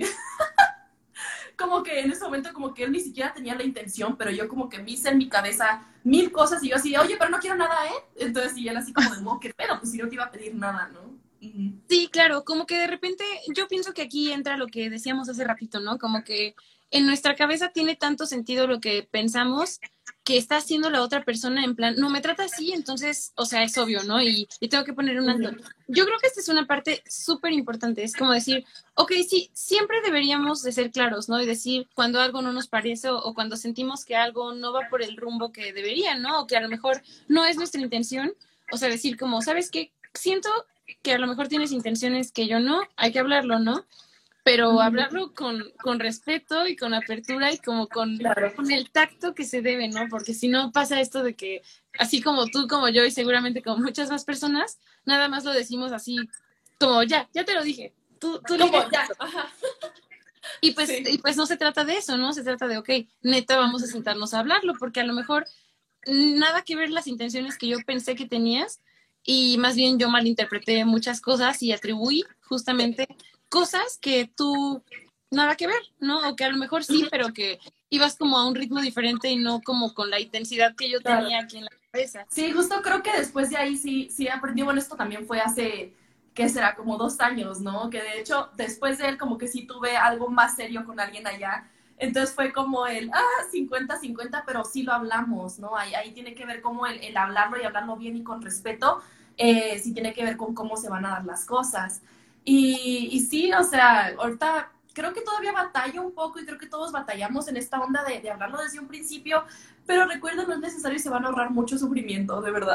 Como que en ese momento como que él ni siquiera tenía la intención, pero yo como que me hice en mi cabeza mil cosas y yo así, oye, pero no quiero nada, ¿eh? Entonces, y él así como de, wow, qué pedo, pues si no te iba a pedir nada, ¿no? Uh-huh. Sí, claro, como que de repente yo pienso que aquí entra lo que decíamos hace ratito, ¿no? Como que en nuestra cabeza tiene tanto sentido lo que pensamos que está haciendo la otra persona en plan, no, me trata así, entonces, o sea, es obvio, ¿no? Y, y tengo que poner un alto. Yo creo que esta es una parte súper importante, es como decir, ok, sí, siempre deberíamos de ser claros, ¿no? Y decir cuando algo no nos parece o, o cuando sentimos que algo no va por el rumbo que debería, ¿no? O que a lo mejor no es nuestra intención, o sea, decir como, ¿sabes qué? Siento que a lo mejor tienes intenciones que yo no, hay que hablarlo, ¿no? Pero hablarlo con, con respeto y con apertura y como con, Claro. con el tacto que se debe, ¿no? Porque si no pasa esto de que, así como tú, como yo y seguramente como muchas más personas, nada más lo decimos así, como ya, ya te lo dije, tú, tú Como lidia con ya, eso. ajá. Y pues, Sí. y pues no se trata de eso, ¿no? Se trata de, ok, neta, vamos a sentarnos a hablarlo, porque a lo mejor nada que ver las intenciones que yo pensé que tenías y más bien yo malinterpreté muchas cosas y atribuí justamente cosas que tú nada que ver, ¿no? O que a lo mejor sí, pero que ibas como a un ritmo diferente y no como con la intensidad que yo Claro. tenía aquí en la cabeza. Sí, justo creo que después de ahí sí, sí aprendí, bueno, esto también fue hace, ¿qué será? Como dos años, ¿no? Que de hecho, después de él como que sí tuve algo más serio con alguien allá. Entonces fue como el, ah, cincuenta cincuenta, pero sí lo hablamos, ¿no? Ahí, ahí tiene que ver como el, el hablarlo y hablarlo bien y con respeto, eh, sí tiene que ver con cómo se van a dar las cosas. Y, y sí, o sea, ahorita creo que todavía batallo un poco y creo que todos batallamos en esta onda de, de hablarlo desde un principio, pero recuerden, no es necesario y se van a ahorrar mucho sufrimiento, de verdad.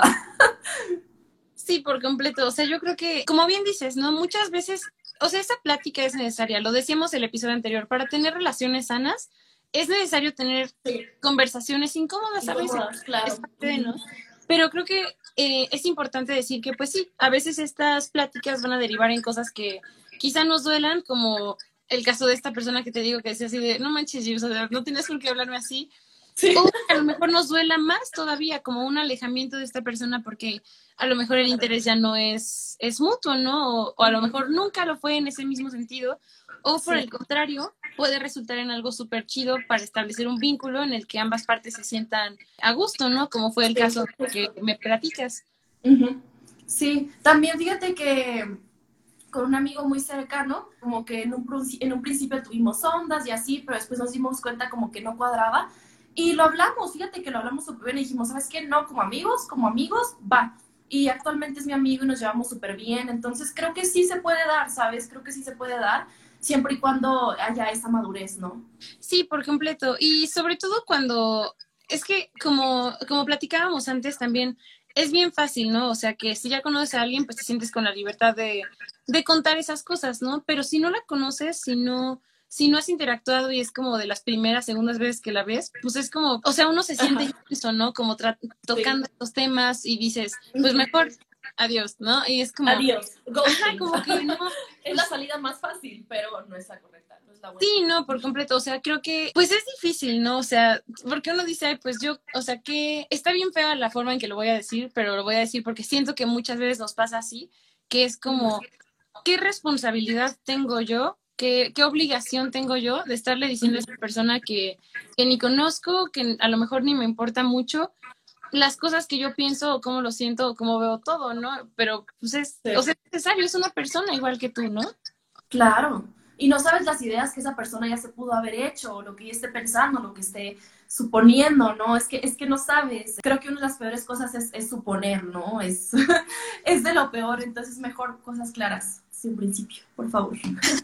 Sí, por completo. O sea, yo creo que, como bien dices, ¿no? Muchas veces, o sea, esa plática es necesaria. Lo decíamos el episodio anterior, para tener relaciones sanas es necesario tener Sí. conversaciones incómodas a veces. Incómodas, claro. Es parte de, ¿no? Pero creo que eh, es importante decir que, pues sí, a veces estas pláticas van a derivar en cosas que quizá nos duelan, como el caso de esta persona que te digo que decía así de, no manches, Gilles, o sea, no tienes por qué hablarme así. Sí. O a lo mejor nos duela más todavía, como un alejamiento de esta persona, porque a lo mejor el interés ya no es, es mutuo, ¿no? O, o a lo mejor nunca lo fue en ese mismo sentido. O por Sí. el contrario, puede resultar en algo súper chido para establecer un vínculo en el que ambas partes se sientan a gusto, ¿no? Como fue el Sí, caso justo. que me platicas. Uh-huh. Sí, también fíjate que con un amigo muy cercano, como que en un, en un principio tuvimos ondas y así, pero después nos dimos cuenta como que no cuadraba. Y lo hablamos, fíjate que lo hablamos súper bien y dijimos, ¿sabes qué? No, como amigos, como amigos, va. Y actualmente es mi amigo y nos llevamos súper bien. Entonces creo que sí se puede dar, ¿sabes? Creo que sí se puede dar, siempre y cuando haya esa madurez, ¿no? Sí, por completo. Y sobre todo cuando, es que como, como platicábamos antes también, es bien fácil, ¿no? O sea, que si ya conoces a alguien, pues te sientes con la libertad de, de contar esas cosas, ¿no? Pero si no la conoces, si no, si no has interactuado y es como de las primeras, segundas veces que la ves, pues es como, o sea, uno se siente eso, ¿no? Como tocando Sí. estos temas y dices, pues mejor adiós, ¿no? Y es como, Adiós, ghosting. ajá, como que no. Es la salida más fácil, pero no es la correcta, no es la buena. Sí, no, por completo, o sea, creo que, pues es difícil, ¿no? O sea, porque uno dice, ay, pues yo, o sea, que está bien fea la forma en que lo voy a decir, pero lo voy a decir porque siento que muchas veces nos pasa así, que es como, ¿qué responsabilidad tengo yo? ¿Qué, qué obligación tengo yo de estarle diciendo a esa persona que, que ni conozco, que a lo mejor ni me importa mucho, las cosas que yo pienso o cómo lo siento o cómo veo todo, ¿no? Pero pues es, Sí. o sea, es necesario, es una persona igual que tú, ¿no? Claro. Y no sabes las ideas que esa persona ya se pudo haber hecho, o lo que ella esté pensando, lo que esté suponiendo, ¿no? Es que, es que no sabes. Creo que una de las peores cosas es, es suponer, ¿no? Es, es de lo peor, entonces mejor cosas claras, sin principio, por favor.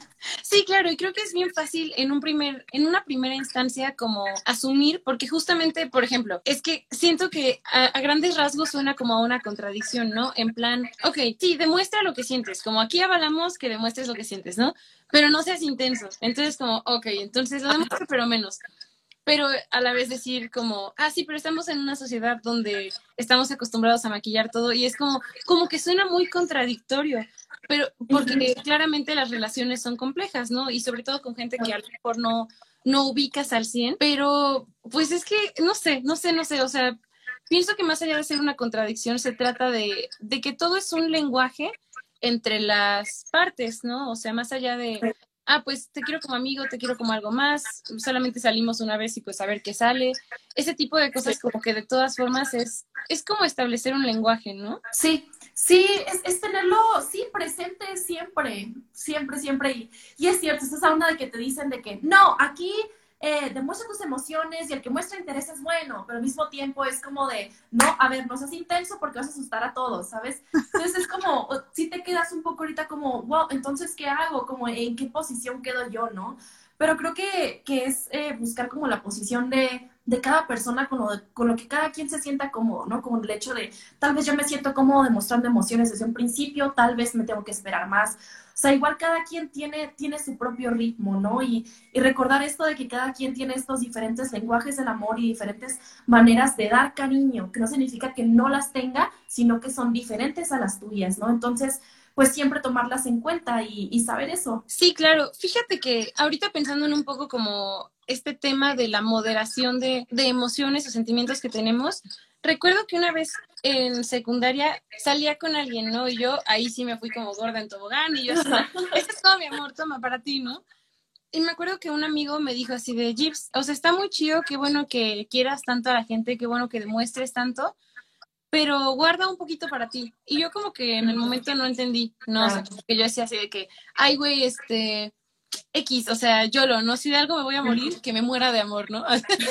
Sí, claro, y creo que es bien fácil en un primer, en una primera instancia como asumir, porque justamente, por ejemplo, es que siento que a, a grandes rasgos suena como a una contradicción, ¿no? En plan, ok, sí, demuestra lo que sientes, como aquí avalamos que demuestres lo que sientes, ¿no? Pero no seas intenso. Entonces, como, ok, entonces lo demuestro, pero menos. Pero a la vez decir como, ah, sí, pero estamos en una sociedad donde estamos acostumbrados a maquillar todo y es como, como que suena muy contradictorio, pero porque claramente las relaciones son complejas, ¿no? Y sobre todo con gente que a lo mejor no, no ubicas al cien, pero pues es que, no sé, no sé, no sé, o sea, pienso que más allá de ser una contradicción, se trata de, de que todo es un lenguaje entre las partes, ¿no? O sea, más allá de ah, pues te quiero como amigo, te quiero como algo más, solamente salimos una vez y pues a ver qué sale. Ese tipo de cosas como que de todas formas es, es como establecer un lenguaje, ¿no? Sí, sí, es, es tenerlo, sí, presente siempre, siempre, siempre. Y, y es cierto, es esa onda de que te dicen de que, no, aquí eh, demuestra tus emociones y el que muestra interés es bueno, pero al mismo tiempo es como de, no, a ver, no seas intenso porque vas a asustar a todos, ¿sabes? Entonces es como, si te quedas un poco ahorita como, wow, entonces, ¿qué hago? Como, ¿en qué posición quedo yo, no? pero creo que, que es eh, buscar como la posición de, de cada persona con lo, con lo que cada quien se sienta cómodo, ¿no? Como el hecho de, tal vez yo me siento cómodo demostrando emociones desde un principio, tal vez me tengo que esperar más. O sea, igual cada quien tiene, tiene su propio ritmo, ¿no? Y, y recordar esto de que cada quien tiene estos diferentes lenguajes del amor y diferentes maneras de dar cariño, que no significa que no las tenga, sino que son diferentes a las tuyas, ¿no? Entonces, pues siempre tomarlas en cuenta y, y saber eso. Sí, claro. Fíjate que ahorita pensando en un poco como este tema de la moderación de, de emociones o sentimientos que tenemos, recuerdo que una vez en secundaria salía con alguien, ¿no? Y yo ahí sí me fui como gorda en tobogán y yo así, este es todo mi amor, toma para ti, ¿no? Y me acuerdo que un amigo me dijo así de, Gibbs, o sea, está muy chido, qué bueno que quieras tanto a la gente, qué bueno que demuestres tanto, pero guarda un poquito para ti. Y yo como que en el momento no entendí, no, o sea, como que yo decía así de que, ay, güey, este, X, o sea, YOLO, ¿no? Si de algo me voy a morir, que me muera de amor, ¿no?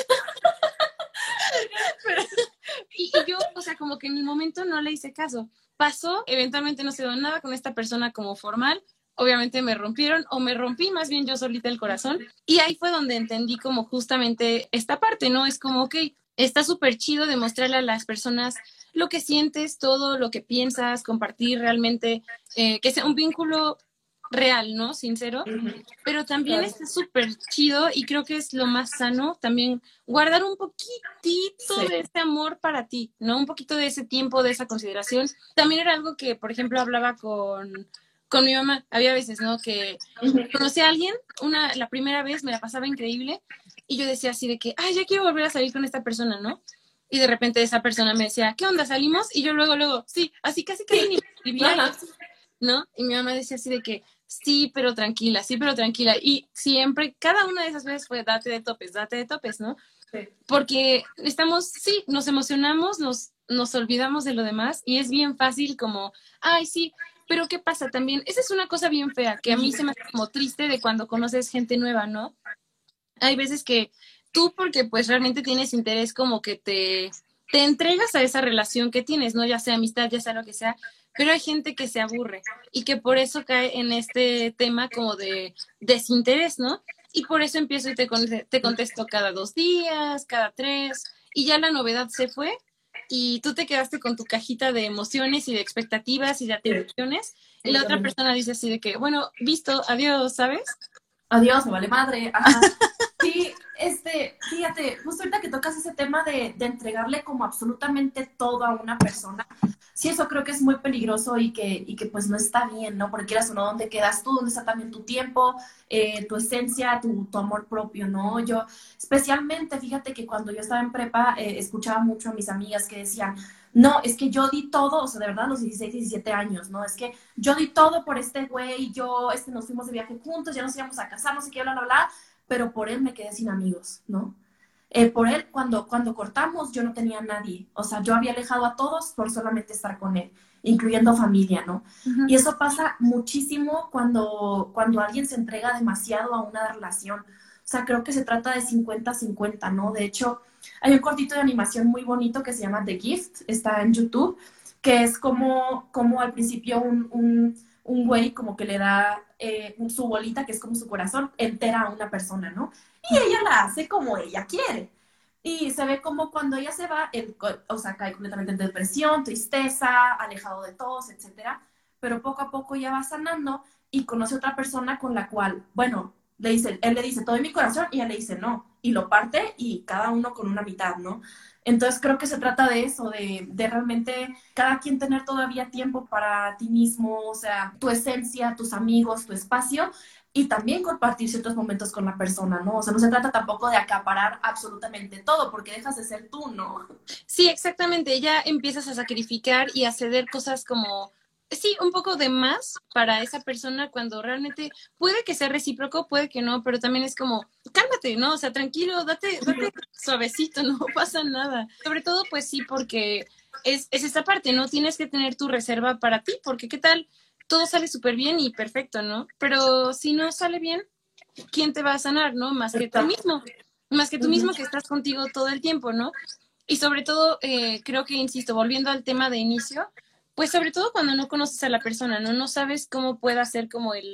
Pero, y, y yo, o sea, como que en el momento no le hice caso. Pasó, eventualmente no se dio nada con esta persona como formal, obviamente me rompieron, o me rompí más bien yo solita el corazón, y ahí fue donde entendí como justamente esta parte, ¿no? Es como, ok, está súper chido demostrarle a las personas lo que sientes, todo lo que piensas, compartir realmente, eh, que sea un vínculo real, ¿no? Sincero, pero también Claro. está súper chido y creo que es lo más sano también guardar un poquitito Sí. de ese amor para ti, ¿no? Un poquito de ese tiempo, de esa consideración. También era algo que, por ejemplo, hablaba con, con mi mamá. Había veces, ¿no? Que conocí a alguien, una, la primera vez me la pasaba increíble y yo decía así de que, ay, ya quiero volver a salir con esta persona, ¿no? Y de repente esa persona me decía, ¿qué onda? ¿Salimos? Y yo luego, luego, sí, así casi casi ni escribía, ¿no? Y mi mamá decía así de que, sí, pero tranquila, sí, pero tranquila. Y siempre, cada una de esas veces fue, date de topes, date de topes, ¿no? Sí. Porque estamos, sí, nos emocionamos, nos, nos olvidamos de lo demás y es bien fácil como, ay, sí, pero ¿qué pasa también? Esa es una cosa bien fea, que a mí se me hace como triste de cuando conoces gente nueva, ¿no? Hay veces que tú, porque pues realmente tienes interés, como que te, te entregas a esa relación que tienes, ¿no? Ya sea amistad, ya sea lo que sea, pero hay gente que se aburre y que por eso cae en este tema como de desinterés, ¿no? Y por eso empiezo y te, te contesto cada dos días, cada tres, y ya la novedad se fue y tú te quedaste con tu cajita de emociones y de expectativas y de atribuciones, y la otra persona dice así de que, bueno, visto, adiós, ¿sabes? Adiós, me vale madre. Ajá. Sí, este, fíjate, justo ahorita que tocas ese tema de, de entregarle como absolutamente todo a una persona, sí, eso creo que es muy peligroso y que, y que pues no está bien, ¿no? Porque quieras o no, ¿dónde quedas tú? ¿Dónde está también tu tiempo, eh, tu esencia, tu, tu amor propio, ¿no? Yo, especialmente, fíjate que cuando yo estaba en prepa, eh, escuchaba mucho a mis amigas que decían, no, es que yo di todo, o sea, de verdad, a los dieciséis, diecisiete años, ¿no? Es que yo di todo por este güey, yo, este, nos fuimos de viaje juntos, ya nos íbamos a casar, no sé qué, bla, bla, bla, pero por él me quedé sin amigos, ¿no? Eh, por él, cuando, cuando cortamos, yo no tenía a nadie. O sea, yo había alejado a todos por solamente estar con él, incluyendo familia, ¿no? Uh-huh. Y eso pasa muchísimo cuando, cuando alguien se entrega demasiado a una relación. O sea, creo que se trata de cincuenta cincuenta, ¿no? De hecho, hay un cortito de animación muy bonito que se llama The Gift, está en YouTube, que es como, como al principio un, un, un güey como que le da eh, su bolita, que es como su corazón, entera a una persona, ¿no? Y ella la hace como ella quiere. Y se ve como cuando ella se va, él, o sea, cae completamente en depresión, tristeza, alejado de todos, etcétera. Pero poco a poco ya va sanando y conoce a otra persona con la cual, bueno, le dice, él le dice todo en mi corazón y ella le dice no. Y lo parte y cada uno con una mitad, ¿no? Entonces creo que se trata de eso, de, de realmente cada quien tener todavía tiempo para ti mismo, o sea, tu esencia, tus amigos, tu espacio, y también compartir ciertos momentos con la persona, ¿no? O sea, no se trata tampoco de acaparar absolutamente todo, porque dejas de ser tú, ¿no? Sí, exactamente, ya empiezas a sacrificar y a ceder cosas como, sí, un poco de más para esa persona cuando realmente puede que sea recíproco, puede que no, pero también es como, cálmate, ¿no? O sea, tranquilo, date, date suavecito, no pasa nada. Sobre todo, pues sí, porque es, es esta parte, ¿no? Tienes que tener tu reserva para ti, porque ¿qué tal? Todo sale súper bien y perfecto, ¿no? Pero si no sale bien, ¿quién te va a sanar, no? Más que tú mismo, más que tú mismo que estás contigo todo el tiempo, ¿no? Y sobre todo, eh, creo que, insisto, volviendo al tema de inicio, pues sobre todo cuando no conoces a la persona, ¿no? No sabes cómo pueda ser como el,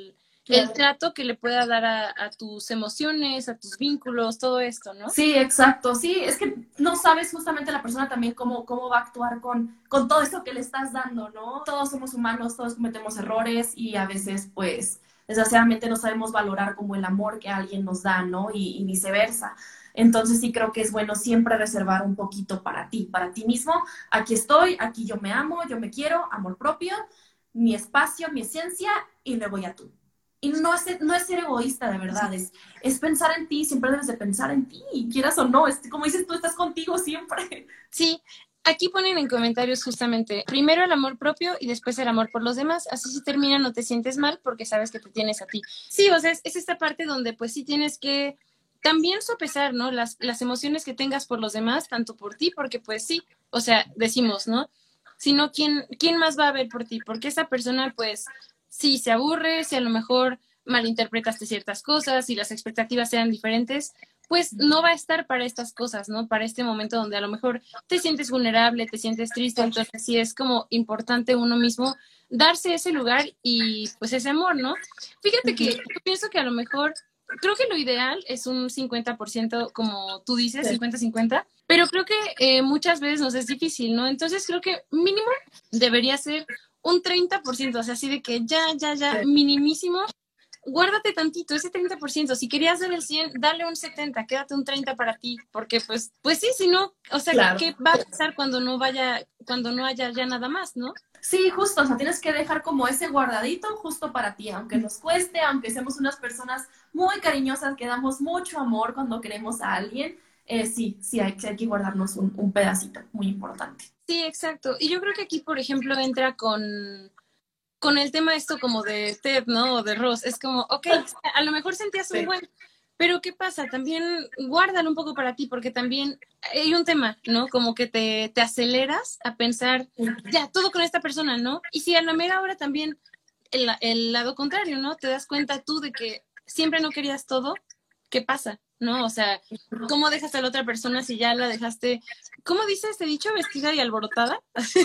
el trato que le pueda dar a, a tus emociones, a tus vínculos, todo esto, ¿no? Sí, exacto. Sí, es que no sabes justamente la persona también cómo, cómo va a actuar con, con todo esto que le estás dando, ¿no? Todos somos humanos, todos cometemos errores y a veces, pues, desgraciadamente no sabemos valorar como el amor que alguien nos da, ¿no? Y, y viceversa. Entonces sí creo que es bueno siempre reservar un poquito para ti, para ti mismo. Aquí estoy, aquí yo me amo, yo me quiero, amor propio, mi espacio, mi esencia y luego ya tú. Y no es, no es ser egoísta, de verdad, es, es pensar en ti, siempre debes de pensar en ti, quieras o no, es, como dices tú, estás contigo siempre. Sí, aquí ponen en comentarios justamente, primero el amor propio y después el amor por los demás, así si termina no te sientes mal porque sabes que te tienes a ti. Sí, o sea, es, es esta parte donde pues sí tienes que también sopesar, ¿no? Las, las emociones que tengas por los demás, tanto por ti, porque pues sí, o sea, decimos, ¿no? Sino, ¿quién, quién más va a ver por ti? Porque esa persona, pues, sí se aburre, si a lo mejor malinterpretaste ciertas cosas y las expectativas sean diferentes, pues no va a estar para estas cosas, ¿no? Para este momento donde a lo mejor te sientes vulnerable, te sientes triste, entonces sí es como importante uno mismo darse ese lugar y pues ese amor, ¿no? Fíjate que yo pienso que a lo mejor creo que lo ideal es un cincuenta por ciento, como tú dices, cincuenta cincuenta, pero creo que eh, muchas veces nos es difícil, ¿no? Entonces creo que mínimo debería ser un treinta por ciento, o sea, así de que ya, ya, ya, minimísimo, guárdate tantito, ese treinta por ciento, si querías dar el cien, dale un setenta, quédate un treinta para ti, porque pues, pues sí, si no, o sea, claro. ¿Qué va a pasar cuando no vaya, cuando no haya ya nada más, no? Sí, justo, o sea, tienes que dejar como ese guardadito justo para ti, aunque nos cueste, aunque seamos unas personas muy cariñosas, que damos mucho amor cuando queremos a alguien, eh, sí, sí hay, hay que guardarnos un, un pedacito, muy importante. Sí, exacto, y yo creo que aquí, por ejemplo, entra con, con el tema esto como de Ted, ¿no? O de Ross, es como, ok, a lo mejor sentías un buen, pero ¿qué pasa? También guárdalo un poco para ti, porque también hay un tema, ¿no? Como que te, te aceleras a pensar, ya, todo con esta persona, ¿no? Y si a la mera hora también el, el lado contrario, ¿no? Te das cuenta tú de que siempre no querías todo, ¿qué pasa? ¿No? O sea, ¿cómo dejas a la otra persona si ya la dejaste, ¿cómo dice este dicho? Vestida y alborotada. Así,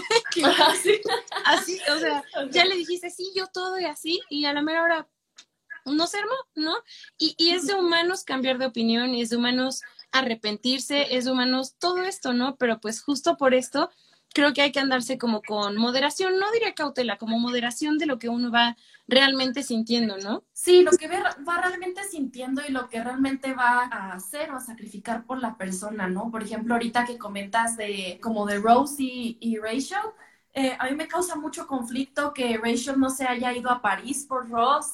así, o sea, ya le dijiste, sí, yo todo y así, y a la mera hora no se armó, ¿no? Y, y es de humanos cambiar de opinión, y es de humanos arrepentirse, es de humanos todo esto, ¿no? Pero pues justo por esto creo que hay que andarse como con moderación, no diría cautela, como moderación de lo que uno va realmente sintiendo, ¿no? Sí, lo que va realmente sintiendo y lo que realmente va a hacer o a sacrificar por la persona, ¿no? Por ejemplo, ahorita que comentas de como de Rose y, y Rachel, eh, a mí me causa mucho conflicto que Rachel no se haya ido a París por Ross.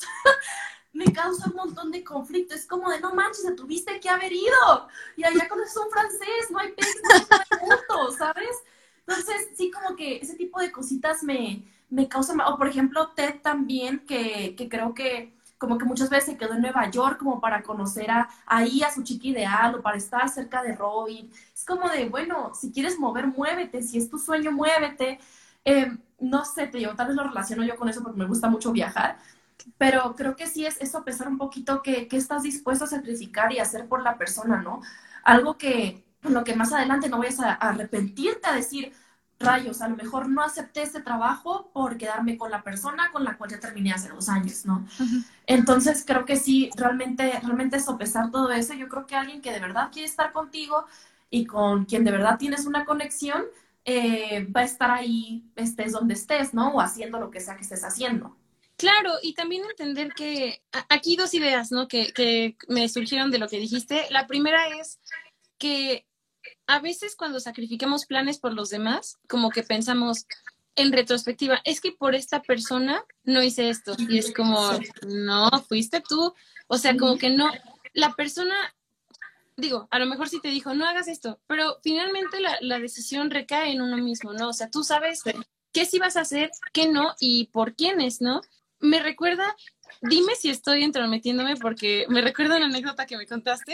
Me causa un montón de conflicto. Es como de, no manches, te tuviste que haber ido. Y allá conoces un francés, no hay pez, no hay punto, ¿sabes? Entonces, sí, como que ese tipo de cositas me, me causan... O, por ejemplo, Ted también, que, que creo que como que muchas veces se quedó en Nueva York como para conocer a, ahí a su chica ideal o para estar cerca de Robin. Es como de, bueno, si quieres mover, muévete. Si es tu sueño, muévete. Eh, no sé, te digo, tal vez lo relaciono yo con eso porque me gusta mucho viajar. Pero creo que sí es eso, pensar un poquito qué estás dispuesto a sacrificar y hacer por la persona, ¿no? Algo que, lo que más adelante no vayas a, a arrepentirte a decir, rayos, a lo mejor no acepté este trabajo por quedarme con la persona con la cual ya terminé hace dos años, ¿no? Uh-huh. Entonces creo que sí, realmente, realmente sopesar todo eso. Yo creo que alguien que de verdad quiere estar contigo y con quien de verdad tienes una conexión, eh, va a estar ahí, estés donde estés, ¿no? O haciendo lo que sea que estés haciendo. Claro, y también entender que aquí dos ideas, ¿no? Que, que me surgieron de lo que dijiste. La primera es que a veces cuando sacrificamos planes por los demás, como que pensamos en retrospectiva, es que por esta persona no hice esto. Y es como, no, fuiste tú. O sea, como que no, la persona, digo, a lo mejor sí te dijo, no hagas esto, pero finalmente la, la decisión recae en uno mismo, ¿no? O sea, tú sabes qué sí vas a hacer, qué no y por quiénes, ¿no? Me recuerda, dime si estoy entrometiéndome porque me recuerda una anécdota que me contaste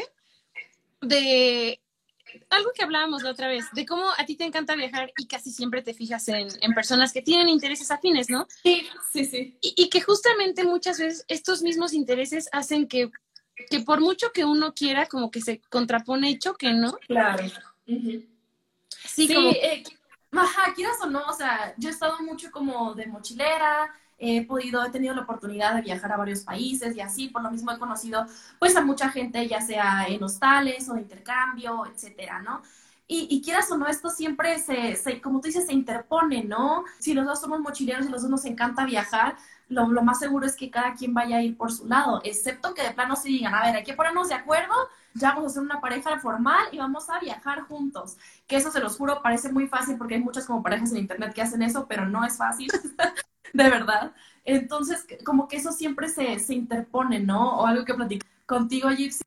de algo que hablábamos la otra vez, de cómo a ti te encanta viajar y casi siempre te fijas en, en personas que tienen intereses afines, ¿no? Sí, sí, sí. Y, y que justamente muchas veces estos mismos intereses hacen que, que por mucho que uno quiera, como que se contrapone y choque, ¿no? Claro. Uh-huh. Sí, sí como... eh, ajá, quieras o no, o sea, yo he estado mucho como de mochilera, he podido, he tenido la oportunidad de viajar a varios países y así, por lo mismo he conocido pues a mucha gente, ya sea en hostales o de intercambio, etcétera, ¿no? Y, y quieras o no, esto siempre se, se, como tú dices, se interpone, ¿no? Si los dos somos mochileros y los dos nos encanta viajar, lo, lo más seguro es que cada quien vaya a ir por su lado, excepto que de plano se digan, a ver, hay que ponernos de acuerdo, ya vamos a hacer una pareja formal y vamos a viajar juntos. Que eso, se los juro, parece muy fácil porque hay muchas como parejas en internet que hacen eso, pero no es fácil, de verdad. Entonces, como que eso siempre se, se interpone, ¿no? O algo que platico contigo, Gypsy,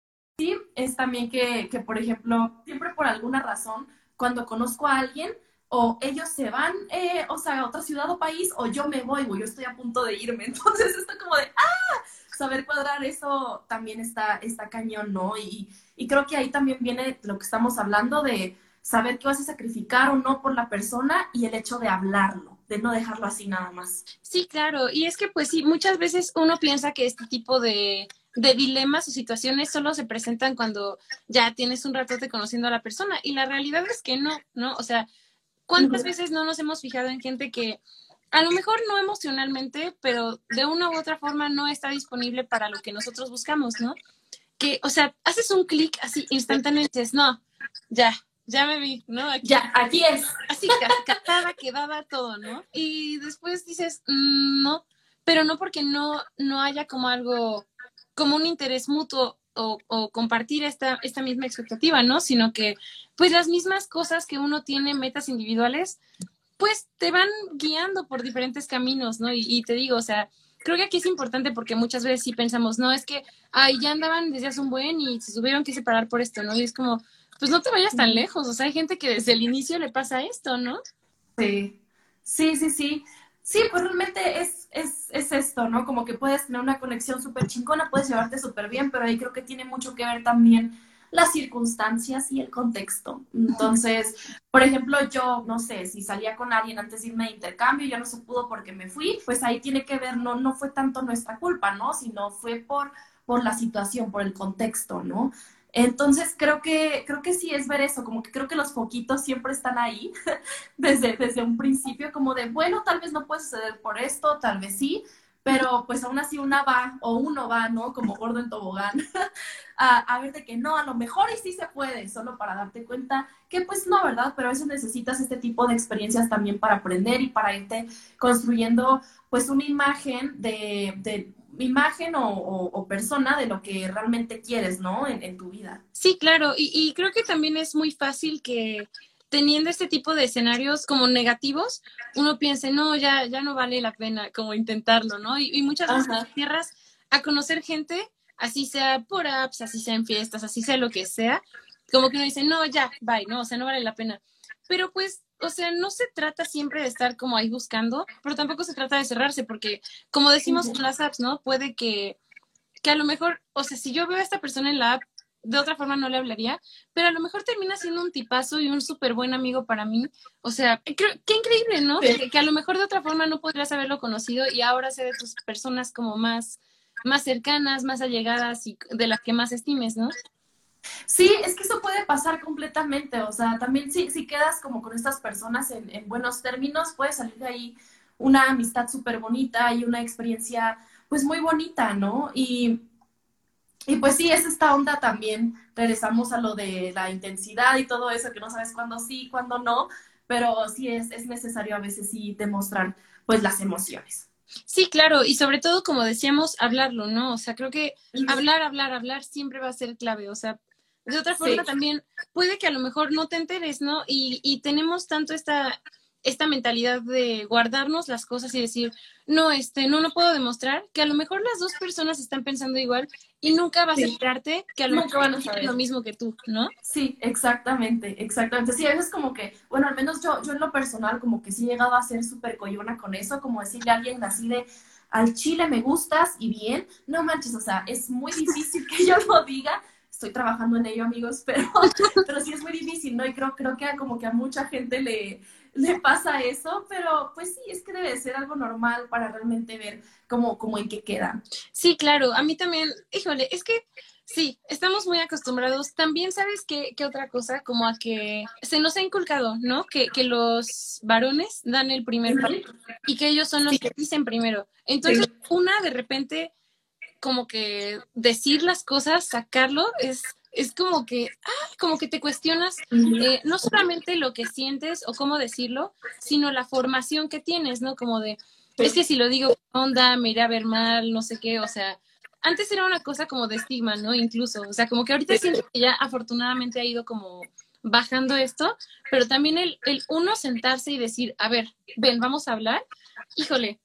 es también que, que, por ejemplo, siempre por alguna razón, cuando conozco a alguien, o ellos se van, eh, o sea, a otra ciudad o país, o yo me voy, o yo estoy a punto de irme. Entonces, esto como de, ¡ah! Saber cuadrar eso también está, está cañón, ¿no? Y, y creo que ahí también viene lo que estamos hablando de saber qué vas a sacrificar o no por la persona y el hecho de hablarlo, de no dejarlo así nada más. Sí, claro. Y es que, pues sí, muchas veces uno piensa que este tipo de, de dilemas o situaciones solo se presentan cuando ya tienes un ratote conociendo a la persona. Y la realidad es que no, ¿no? O sea, ¿cuántas Uh-huh. veces no nos hemos fijado en gente que a lo mejor no emocionalmente, pero de una u otra forma no está disponible para lo que nosotros buscamos, ¿no? Que, o sea, haces un clic así instantáneo y dices, no, ya, ya me vi, ¿no? Aquí, ya, aquí es. Así, cascada, quedada, todo, ¿no? Y después dices, mmm, no, pero no porque no, no haya como algo, como un interés mutuo o, o compartir esta, esta misma expectativa, ¿no? Sino que, pues las mismas cosas que uno tiene, metas individuales, pues te van guiando por diferentes caminos, ¿no? Y, y te digo, o sea, creo que aquí es importante porque muchas veces sí pensamos, no, es que, ay, ya andaban desde hace un buen y se tuvieron que separar por esto, ¿no? Y es como, pues no te vayas tan lejos, o sea, hay gente que desde el inicio le pasa esto, ¿no? Sí, sí, sí, sí. Sí, pues realmente es, es, es esto, ¿no? Como que puedes tener una conexión súper chingona, puedes llevarte súper bien, pero ahí creo que tiene mucho que ver también las circunstancias y el contexto. Entonces, por ejemplo, yo, no sé, si salía con alguien antes de irme de intercambio y ya no se pudo porque me fui, pues ahí tiene que ver, no, no fue tanto nuestra culpa, ¿no? Sino fue por, por la situación, por el contexto, ¿no? Entonces, creo que, creo que sí es ver eso, como que creo que los foquitos siempre están ahí desde, desde un principio, como de, bueno, tal vez no puede suceder por esto, tal vez sí, pero pues aún así una va, o uno va, ¿no? Como gordo en tobogán, a, a ver de que no, a lo mejor y sí se puede, solo para darte cuenta que pues no, ¿verdad? Pero a veces necesitas este tipo de experiencias también para aprender y para irte construyendo pues una imagen de, de imagen o, o, o persona de lo que realmente quieres, ¿no? En, en tu vida. Sí, claro, y, y creo que también es muy fácil que teniendo este tipo de escenarios como negativos, uno piense, no, ya, ya no vale la pena como intentarlo, ¿no? Y, y muchas veces Ajá. cierras a conocer gente, así sea por apps, así sea en fiestas, así sea lo que sea, como que uno dice, no, ya, bye, no, o sea, no vale la pena. Pero pues, o sea, no se trata siempre de estar como ahí buscando, pero tampoco se trata de cerrarse, porque como decimos con las apps, ¿no? Puede que que a lo mejor, o sea, si yo veo a esta persona en la app, de otra forma no le hablaría, pero a lo mejor termina siendo un tipazo y un súper buen amigo para mí. O sea, creo, qué increíble, ¿no? Sí. Que, que a lo mejor de otra forma no podrías haberlo conocido y ahora sea de tus personas como más, más cercanas, más allegadas y de las que más estimes, ¿no? Sí, es que eso puede pasar completamente, o sea, también si, si quedas como con estas personas en, en buenos términos, puede salir de ahí una amistad súper bonita y una experiencia pues muy bonita, ¿no? Y, y pues sí, es esta onda también, regresamos a lo de la intensidad y todo eso, que no sabes cuándo sí, cuándo no, pero sí es, es necesario a veces sí demostrar pues las emociones. Sí, claro, y sobre todo, como decíamos, hablarlo, ¿no? O sea, creo que hablar, hablar, hablar siempre va a ser clave, o sea, de otra Sí. forma también puede que a lo mejor no te enteres, ¿no? Y, y tenemos tanto esta, esta mentalidad de guardarnos las cosas y decir, no, este, no, no puedo demostrar, que a lo mejor las dos personas están pensando igual y nunca vas a Sí. enterarte que a lo Nunca mejor van a quieren saber. lo mismo que tú, ¿no? Sí, exactamente, exactamente. Sí, a veces como que, bueno, al menos yo, yo en lo personal como que sí he llegado a ser súper coyona con eso, como decirle a alguien así de, al chile me gustas y bien, no manches, o sea, es muy difícil que yo lo diga, estoy trabajando en ello, amigos, pero, pero sí es muy difícil, ¿no? Y creo, creo que a, como que a mucha gente le, le pasa eso, pero pues sí, es que debe de ser algo normal para realmente ver cómo, cómo en qué queda. Sí, claro, a mí también, híjole, es que Sí, estamos muy acostumbrados. También, ¿sabes qué, qué otra cosa? Como a que se nos ha inculcado, ¿no? Que, que los varones dan el primer paso y que ellos son los Sí, que dicen primero. sí, Entonces, una de repente, como que decir las cosas, sacarlo, es, es como que, ah, como que te cuestionas eh, no solamente lo que sientes o cómo decirlo, sino la formación que tienes, ¿no? Como de, es que si lo digo, ¿qué onda? Me iré a ver mal, no sé qué, o sea, antes era una cosa como de estigma, ¿no? Incluso, o sea, como que ahorita siento que ya afortunadamente ha ido como bajando esto, pero también el, el uno sentarse y decir, a ver, ven, vamos a hablar, híjole,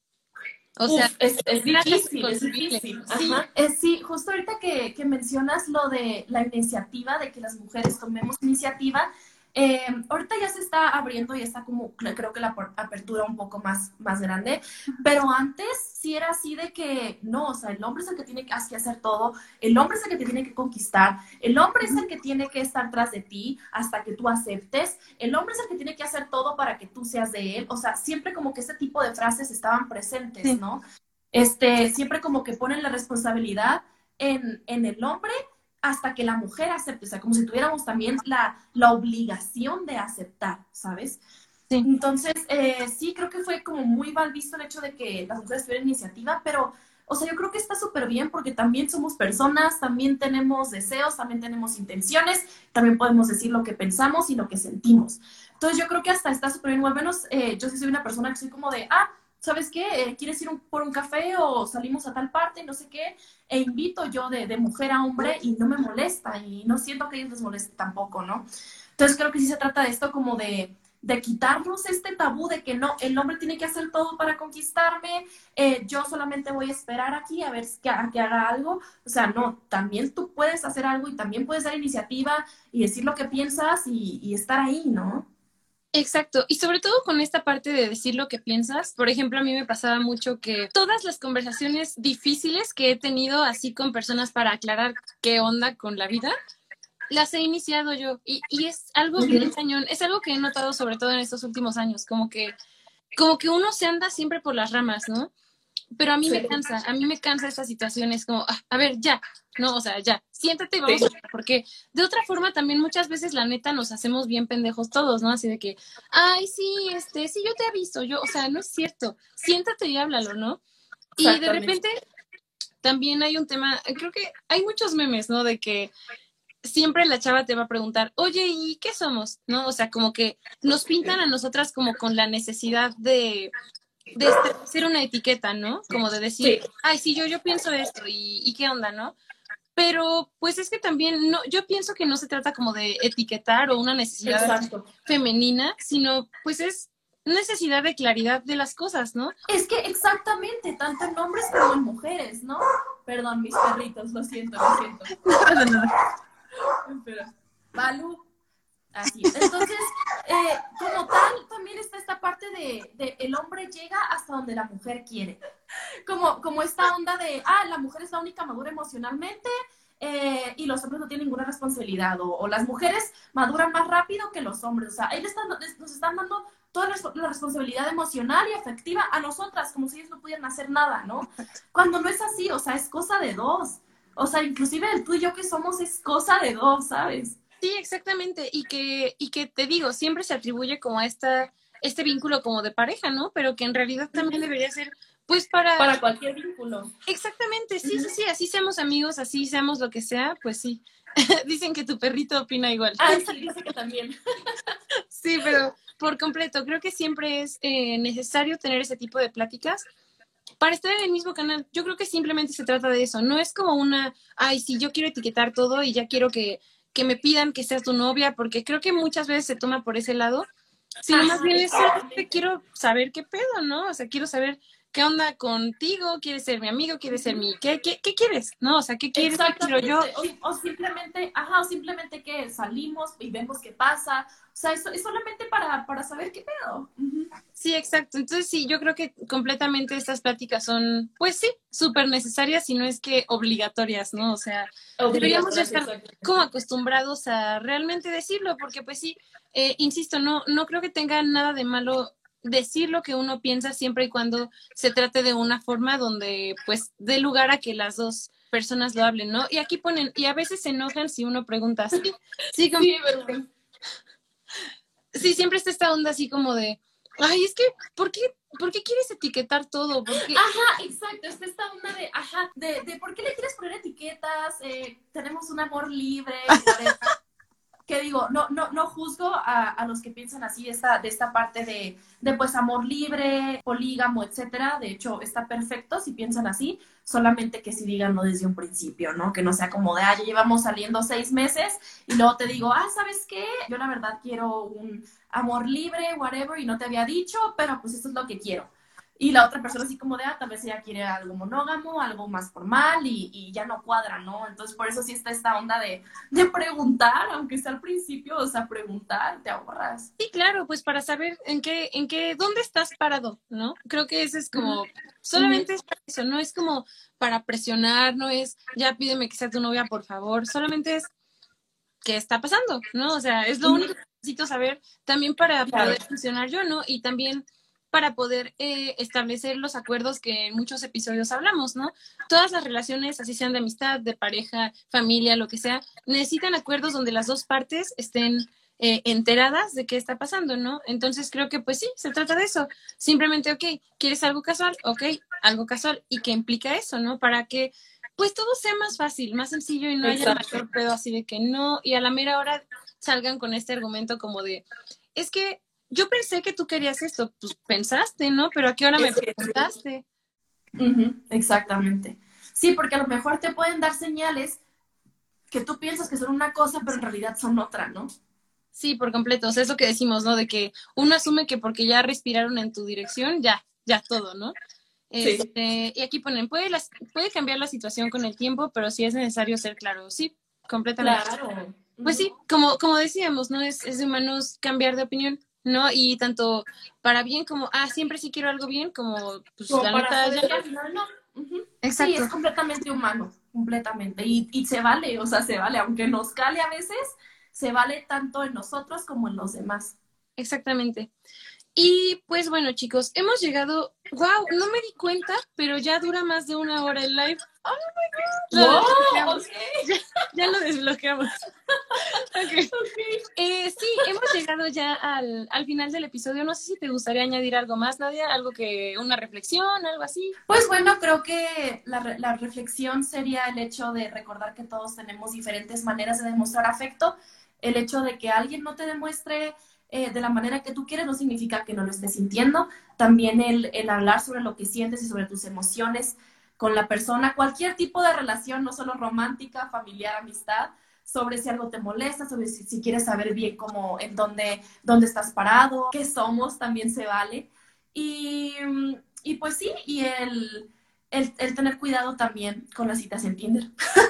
o sea, uf, es, es era casi difícil, es inconcebible. difícil. Sí, Ajá. Es, sí, justo ahorita que, que mencionas lo de la iniciativa, de que las mujeres tomemos iniciativa, eh, ahorita ya se está abriendo y está como, creo que la apertura un poco más, más grande, pero antes sí era así de que, no, o sea, el hombre es el que tiene que hacer todo, el hombre es el que te tiene que conquistar, el hombre es el que tiene que estar tras de ti hasta que tú aceptes, el hombre es el que tiene que hacer todo para que tú seas de él, o sea, siempre como que ese tipo de frases estaban presentes, sí. ¿no? Este, siempre como que ponen la responsabilidad en, en el hombre hasta que la mujer acepte, o sea, como si tuviéramos también la, la obligación de aceptar, ¿sabes? Sí. Entonces, eh, sí, creo que fue como muy mal visto el hecho de que las mujeres tuvieran iniciativa, pero, o sea, yo creo que está súper bien porque también somos personas, también tenemos deseos, también tenemos intenciones, también podemos decir lo que pensamos y lo que sentimos. Entonces, yo creo que hasta está súper bien, o al menos eh, yo sí soy una persona que soy como de, ah, ¿sabes qué? Eh, ¿Quieres ir un, por un café o salimos a tal parte? No sé qué. E invito yo de, de mujer a hombre y no me molesta y no siento que a ellos les moleste tampoco, ¿no? Entonces creo que sí se trata de esto como de, de quitarnos este tabú de que no, el hombre tiene que hacer todo para conquistarme, eh, yo solamente voy a esperar aquí a ver que, a que haga algo. O sea, no, también tú puedes hacer algo y también puedes dar iniciativa y decir lo que piensas y, y estar ahí, ¿no? Exacto, y sobre todo con esta parte de decir lo que piensas. Por ejemplo, a mí me pasaba mucho que todas las conversaciones difíciles que he tenido así con personas para aclarar qué onda con la vida, las he iniciado yo y, y es algo bien cañón, es algo que he notado sobre todo en estos últimos años, como que, como que uno se anda siempre por las ramas, ¿no? Pero a mí me Sí. cansa, a mí me cansa esta situación, es como, ah, a ver, ya, no, o sea, ya, siéntate y vamos Sí. a hablar, porque de otra forma también muchas veces la neta nos hacemos bien pendejos todos, ¿no? Así de que, ay, sí, este, sí, yo te aviso, yo, o sea, no es cierto, siéntate y háblalo, ¿no? Y de Exactamente. repente también hay un tema, creo que hay muchos memes, ¿no? De que siempre la chava te va a preguntar, oye, ¿y qué somos? ¿No? O sea, como que nos pintan a nosotras como con la necesidad de de establecer una etiqueta, ¿no? Como de decir, Sí. ay, sí, yo, yo pienso esto y, y qué onda, ¿no? Pero pues es que también, no, yo pienso que no se trata como de etiquetar o una necesidad Exacto. femenina, sino pues es necesidad de claridad de las cosas, ¿no? Es que exactamente, tanto en hombres como en mujeres, ¿no? Perdón, mis perritos, lo siento, lo siento. Nada, nada. Espera. Balu, así. Entonces, eh, como tal, también está esta parte de, de el hombre llega hasta donde la mujer quiere. Como, como esta onda de, ah, la mujer es la única madura emocionalmente eh, y los hombres no tienen ninguna responsabilidad. O, o las mujeres maduran más rápido que los hombres. O sea, ellos están, nos están dando toda la responsabilidad emocional y afectiva a nosotras, como si ellos no pudieran hacer nada, ¿no? Cuando no es así, o sea, es cosa de dos. O sea, inclusive el tú y yo que somos es cosa de dos, ¿sabes? Sí, exactamente. Y que, y que te digo, siempre se atribuye como a esta, este vínculo como de pareja, ¿no? Pero que en realidad también debería ser, pues para... Para cualquier vínculo. Exactamente, sí, sí, sí, así seamos amigos, así seamos lo que sea, pues sí. Dicen que tu perrito opina igual. Ah, sí, dice que también. Sí, pero por completo, creo que siempre es eh, necesario tener ese tipo de pláticas para estar en el mismo canal. Yo creo que simplemente se trata de eso. No es como una, ay, sí, yo quiero etiquetar todo y ya quiero que, que me pidan que seas tu novia, porque creo que muchas veces se toma por ese lado, sino más bien es solamente quiero saber qué pedo, ¿no? O sea, quiero saber qué onda contigo, quieres ser mi amigo, quieres ser mi, ¿qué, qué, qué quieres? ¿No? O sea, ¿qué quieres? ¿Qué quiero Exactamente. yo? O, o simplemente, ajá, o simplemente que salimos y vemos qué pasa. O sea, eso es solamente para, para saber qué pedo. Uh-huh. Sí, exacto. Entonces sí, yo creo que completamente estas pláticas son, pues sí, súper necesarias, si no es que obligatorias, ¿no? O sea, deberíamos ya estar como acostumbrados a realmente decirlo, porque pues sí, eh, insisto, no, no creo que tenga nada de malo decir lo que uno piensa siempre y cuando se trate de una forma donde pues dé lugar a que las dos personas lo hablen, ¿no? Y aquí ponen, y a veces se enojan si uno pregunta así. Sí, como, Sí, ¿verdad? sí, siempre está esta onda así como de, ay, es que, ¿por qué, ¿por qué quieres etiquetar todo? ¿Por qué? Ajá, exacto, está esta onda de, ajá, de, de por qué le quieres poner etiquetas, eh, tenemos un amor libre, whatever. Que digo, no, no, no juzgo a, a los que piensan así de esta, de esta parte de, de pues amor libre, polígamo, etcétera. De hecho, está perfecto si piensan así, solamente que si diganlo desde un principio, ¿no? Que no sea como de, ah, ya llevamos saliendo seis meses y luego te digo, ah, ¿sabes qué? Yo la verdad quiero un amor libre, whatever, y no te había dicho, pero pues esto es lo que quiero. Y la otra persona así como de, ah, tal vez ella quiere algo monógamo, algo más formal y, y ya no cuadra, ¿no? Entonces por eso sí está esta onda de, de preguntar, aunque sea al principio, o sea, preguntar, te ahorras. Sí, claro, pues para saber en qué, en qué, dónde estás parado, ¿no? Creo que ese es como, solamente es para eso, no es como para presionar, no es, ya pídeme que sea tu novia, por favor, solamente es qué está pasando, ¿no? O sea, es lo único que necesito saber también para Claro. poder funcionar yo, ¿no? Y también para poder eh, establecer los acuerdos que en muchos episodios hablamos, ¿no? Todas las relaciones, así sean de amistad, de pareja, familia, lo que sea, necesitan acuerdos donde las dos partes estén eh, enteradas de qué está pasando, ¿no? Entonces creo que pues sí, se trata de eso. Simplemente, ok, ¿quieres algo casual? Ok, algo casual. ¿Y qué implica eso, no? Para que pues todo sea más fácil, más sencillo y no haya Exacto. mayor pedo así de que no, y a la mera hora salgan con este argumento como de, es que yo pensé que tú querías esto, pues pensaste, ¿no? Pero ¿a qué hora me Es que- preguntaste? Ujú, exactamente. Sí, porque a lo mejor te pueden dar señales que tú piensas que son una cosa, pero en realidad son otra, ¿no? Sí, por completo, o sea, es lo que decimos, ¿no? De que uno asume que porque ya respiraron en tu dirección, ya, ya todo, ¿no? Sí. Este, y aquí ponen, puede, las, puede cambiar la situación con el tiempo, pero sí es necesario ser claro, sí, completamente. Claro. Pues sí, como, como decíamos, ¿no? Es, es de humanos cambiar de opinión, ¿no? Y tanto para bien como, ah, siempre sí quiero algo bien, como, pues Como la para neta, saber ya que al final no. Ujú. Sí, exacto, es completamente humano, completamente. Y, y se vale, o sea, se vale, aunque nos cale a veces, se vale tanto en nosotros como en los demás. exactamente. Y pues bueno, chicos, hemos llegado, wow, no me di cuenta, pero ya dura más de una hora el live. Oh my God, lo ¡Wow! desbloqueamos. Ok, Ya, ya lo desbloqueamos. Okay. ok. Eh, sí, hemos llegado ya al, al final del episodio. No sé si te gustaría añadir algo más, Nadia, algo que, una reflexión, algo así. Pues bueno, creo que la, re- la reflexión sería el hecho de recordar que todos tenemos diferentes maneras de demostrar afecto. El hecho de que alguien no te demuestre eh, de la manera que tú quieres no significa que no lo estés sintiendo. También el, el hablar sobre lo que sientes y sobre tus emociones con la persona, cualquier tipo de relación, no solo romántica, familiar, amistad, sobre si algo te molesta, sobre si, si quieres saber bien cómo, en dónde, dónde estás parado, qué somos, también se vale. Y, y pues sí, y el, el, el tener cuidado también con las citas en Tinder.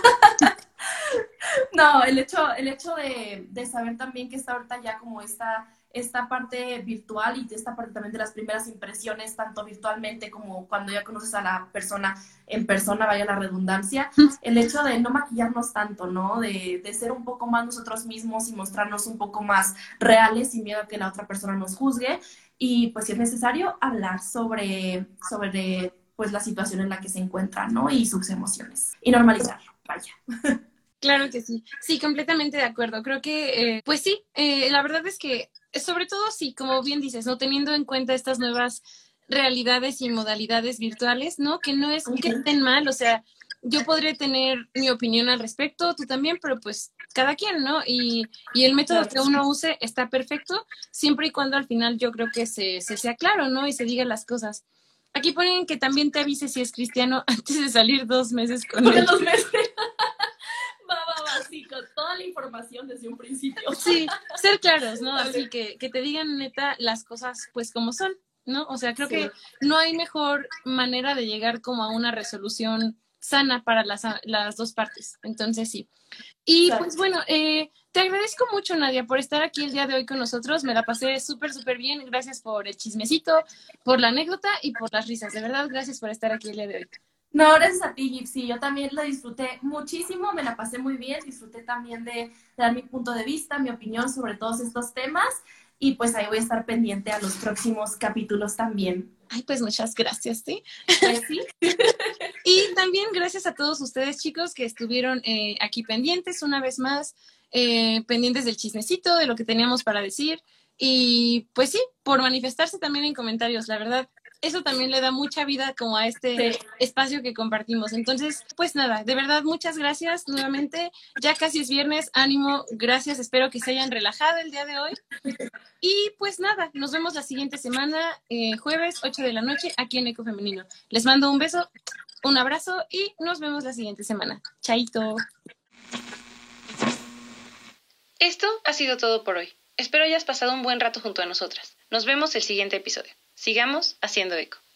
No, el hecho, el hecho de, de saber también que está ahorita ya como esta, esta parte virtual y esta parte también de las primeras impresiones, tanto virtualmente como cuando ya conoces a la persona en persona, vaya la redundancia, el hecho de no maquillarnos tanto, ¿no? De, de ser un poco más nosotros mismos y mostrarnos un poco más reales sin miedo a que la otra persona nos juzgue. Y pues si es necesario, hablar sobre, sobre pues la situación en la que se encuentra, ¿no? Y sus emociones. Y normalizarlo, vaya. Claro que sí, sí, completamente de acuerdo. Creo que, eh, pues sí, eh, la verdad es que, sobre todo, sí, como bien dices, ¿no? Teniendo en cuenta estas nuevas realidades y modalidades virtuales, ¿no? Que no es que estén mal, o sea, yo podré tener mi opinión al respecto, tú también, pero pues cada quien, ¿no? Y, y el método que uno use está perfecto, siempre y cuando al final yo creo que se, se sea claro, ¿no? Y se digan las cosas. Aquí ponen que también te avise si es cristiano antes de salir dos meses con él. Dos meses. Va, va, va, sí, con toda la información desde un principio. Sí, ser claros, ¿no? Así que, que te digan neta las cosas pues como son, ¿no? O sea, creo Sí. que no hay mejor manera de llegar como a una resolución sana para las, las dos partes. Entonces, sí. Y Exacto. pues bueno, eh, te agradezco mucho, Nadia, por estar aquí el día de hoy con nosotros. Me la pasé súper, súper bien. Gracias por el chismecito, por la anécdota y por las risas. De verdad, gracias por estar aquí el día de hoy. No, gracias a ti, Gypsy. Yo también lo disfruté muchísimo, me la pasé muy bien. Disfruté también de, de dar mi punto de vista, mi opinión sobre todos estos temas. y pues ahí voy a estar pendiente a los próximos capítulos también. Ay, pues muchas gracias, ¿sí? Pues sí. Y también gracias a todos ustedes, chicos, que estuvieron eh, aquí pendientes una vez más, eh, pendientes del chismecito, de lo que teníamos para decir. Y pues sí, por manifestarse también en comentarios, la verdad, eso también le da mucha vida como a este sí. espacio que compartimos. Entonces, pues nada, de verdad, muchas gracias nuevamente. Ya casi es viernes, ánimo, gracias, espero que se hayan relajado el día de hoy. Y pues nada, nos vemos la siguiente semana, eh, jueves, ocho de la noche, aquí en Eco Femenino. Les mando un beso, un abrazo y nos vemos la siguiente semana. Chaito. Esto ha sido todo por hoy. Espero hayas pasado un buen rato junto a nosotras. Nos vemos el siguiente episodio. Sigamos haciendo eco.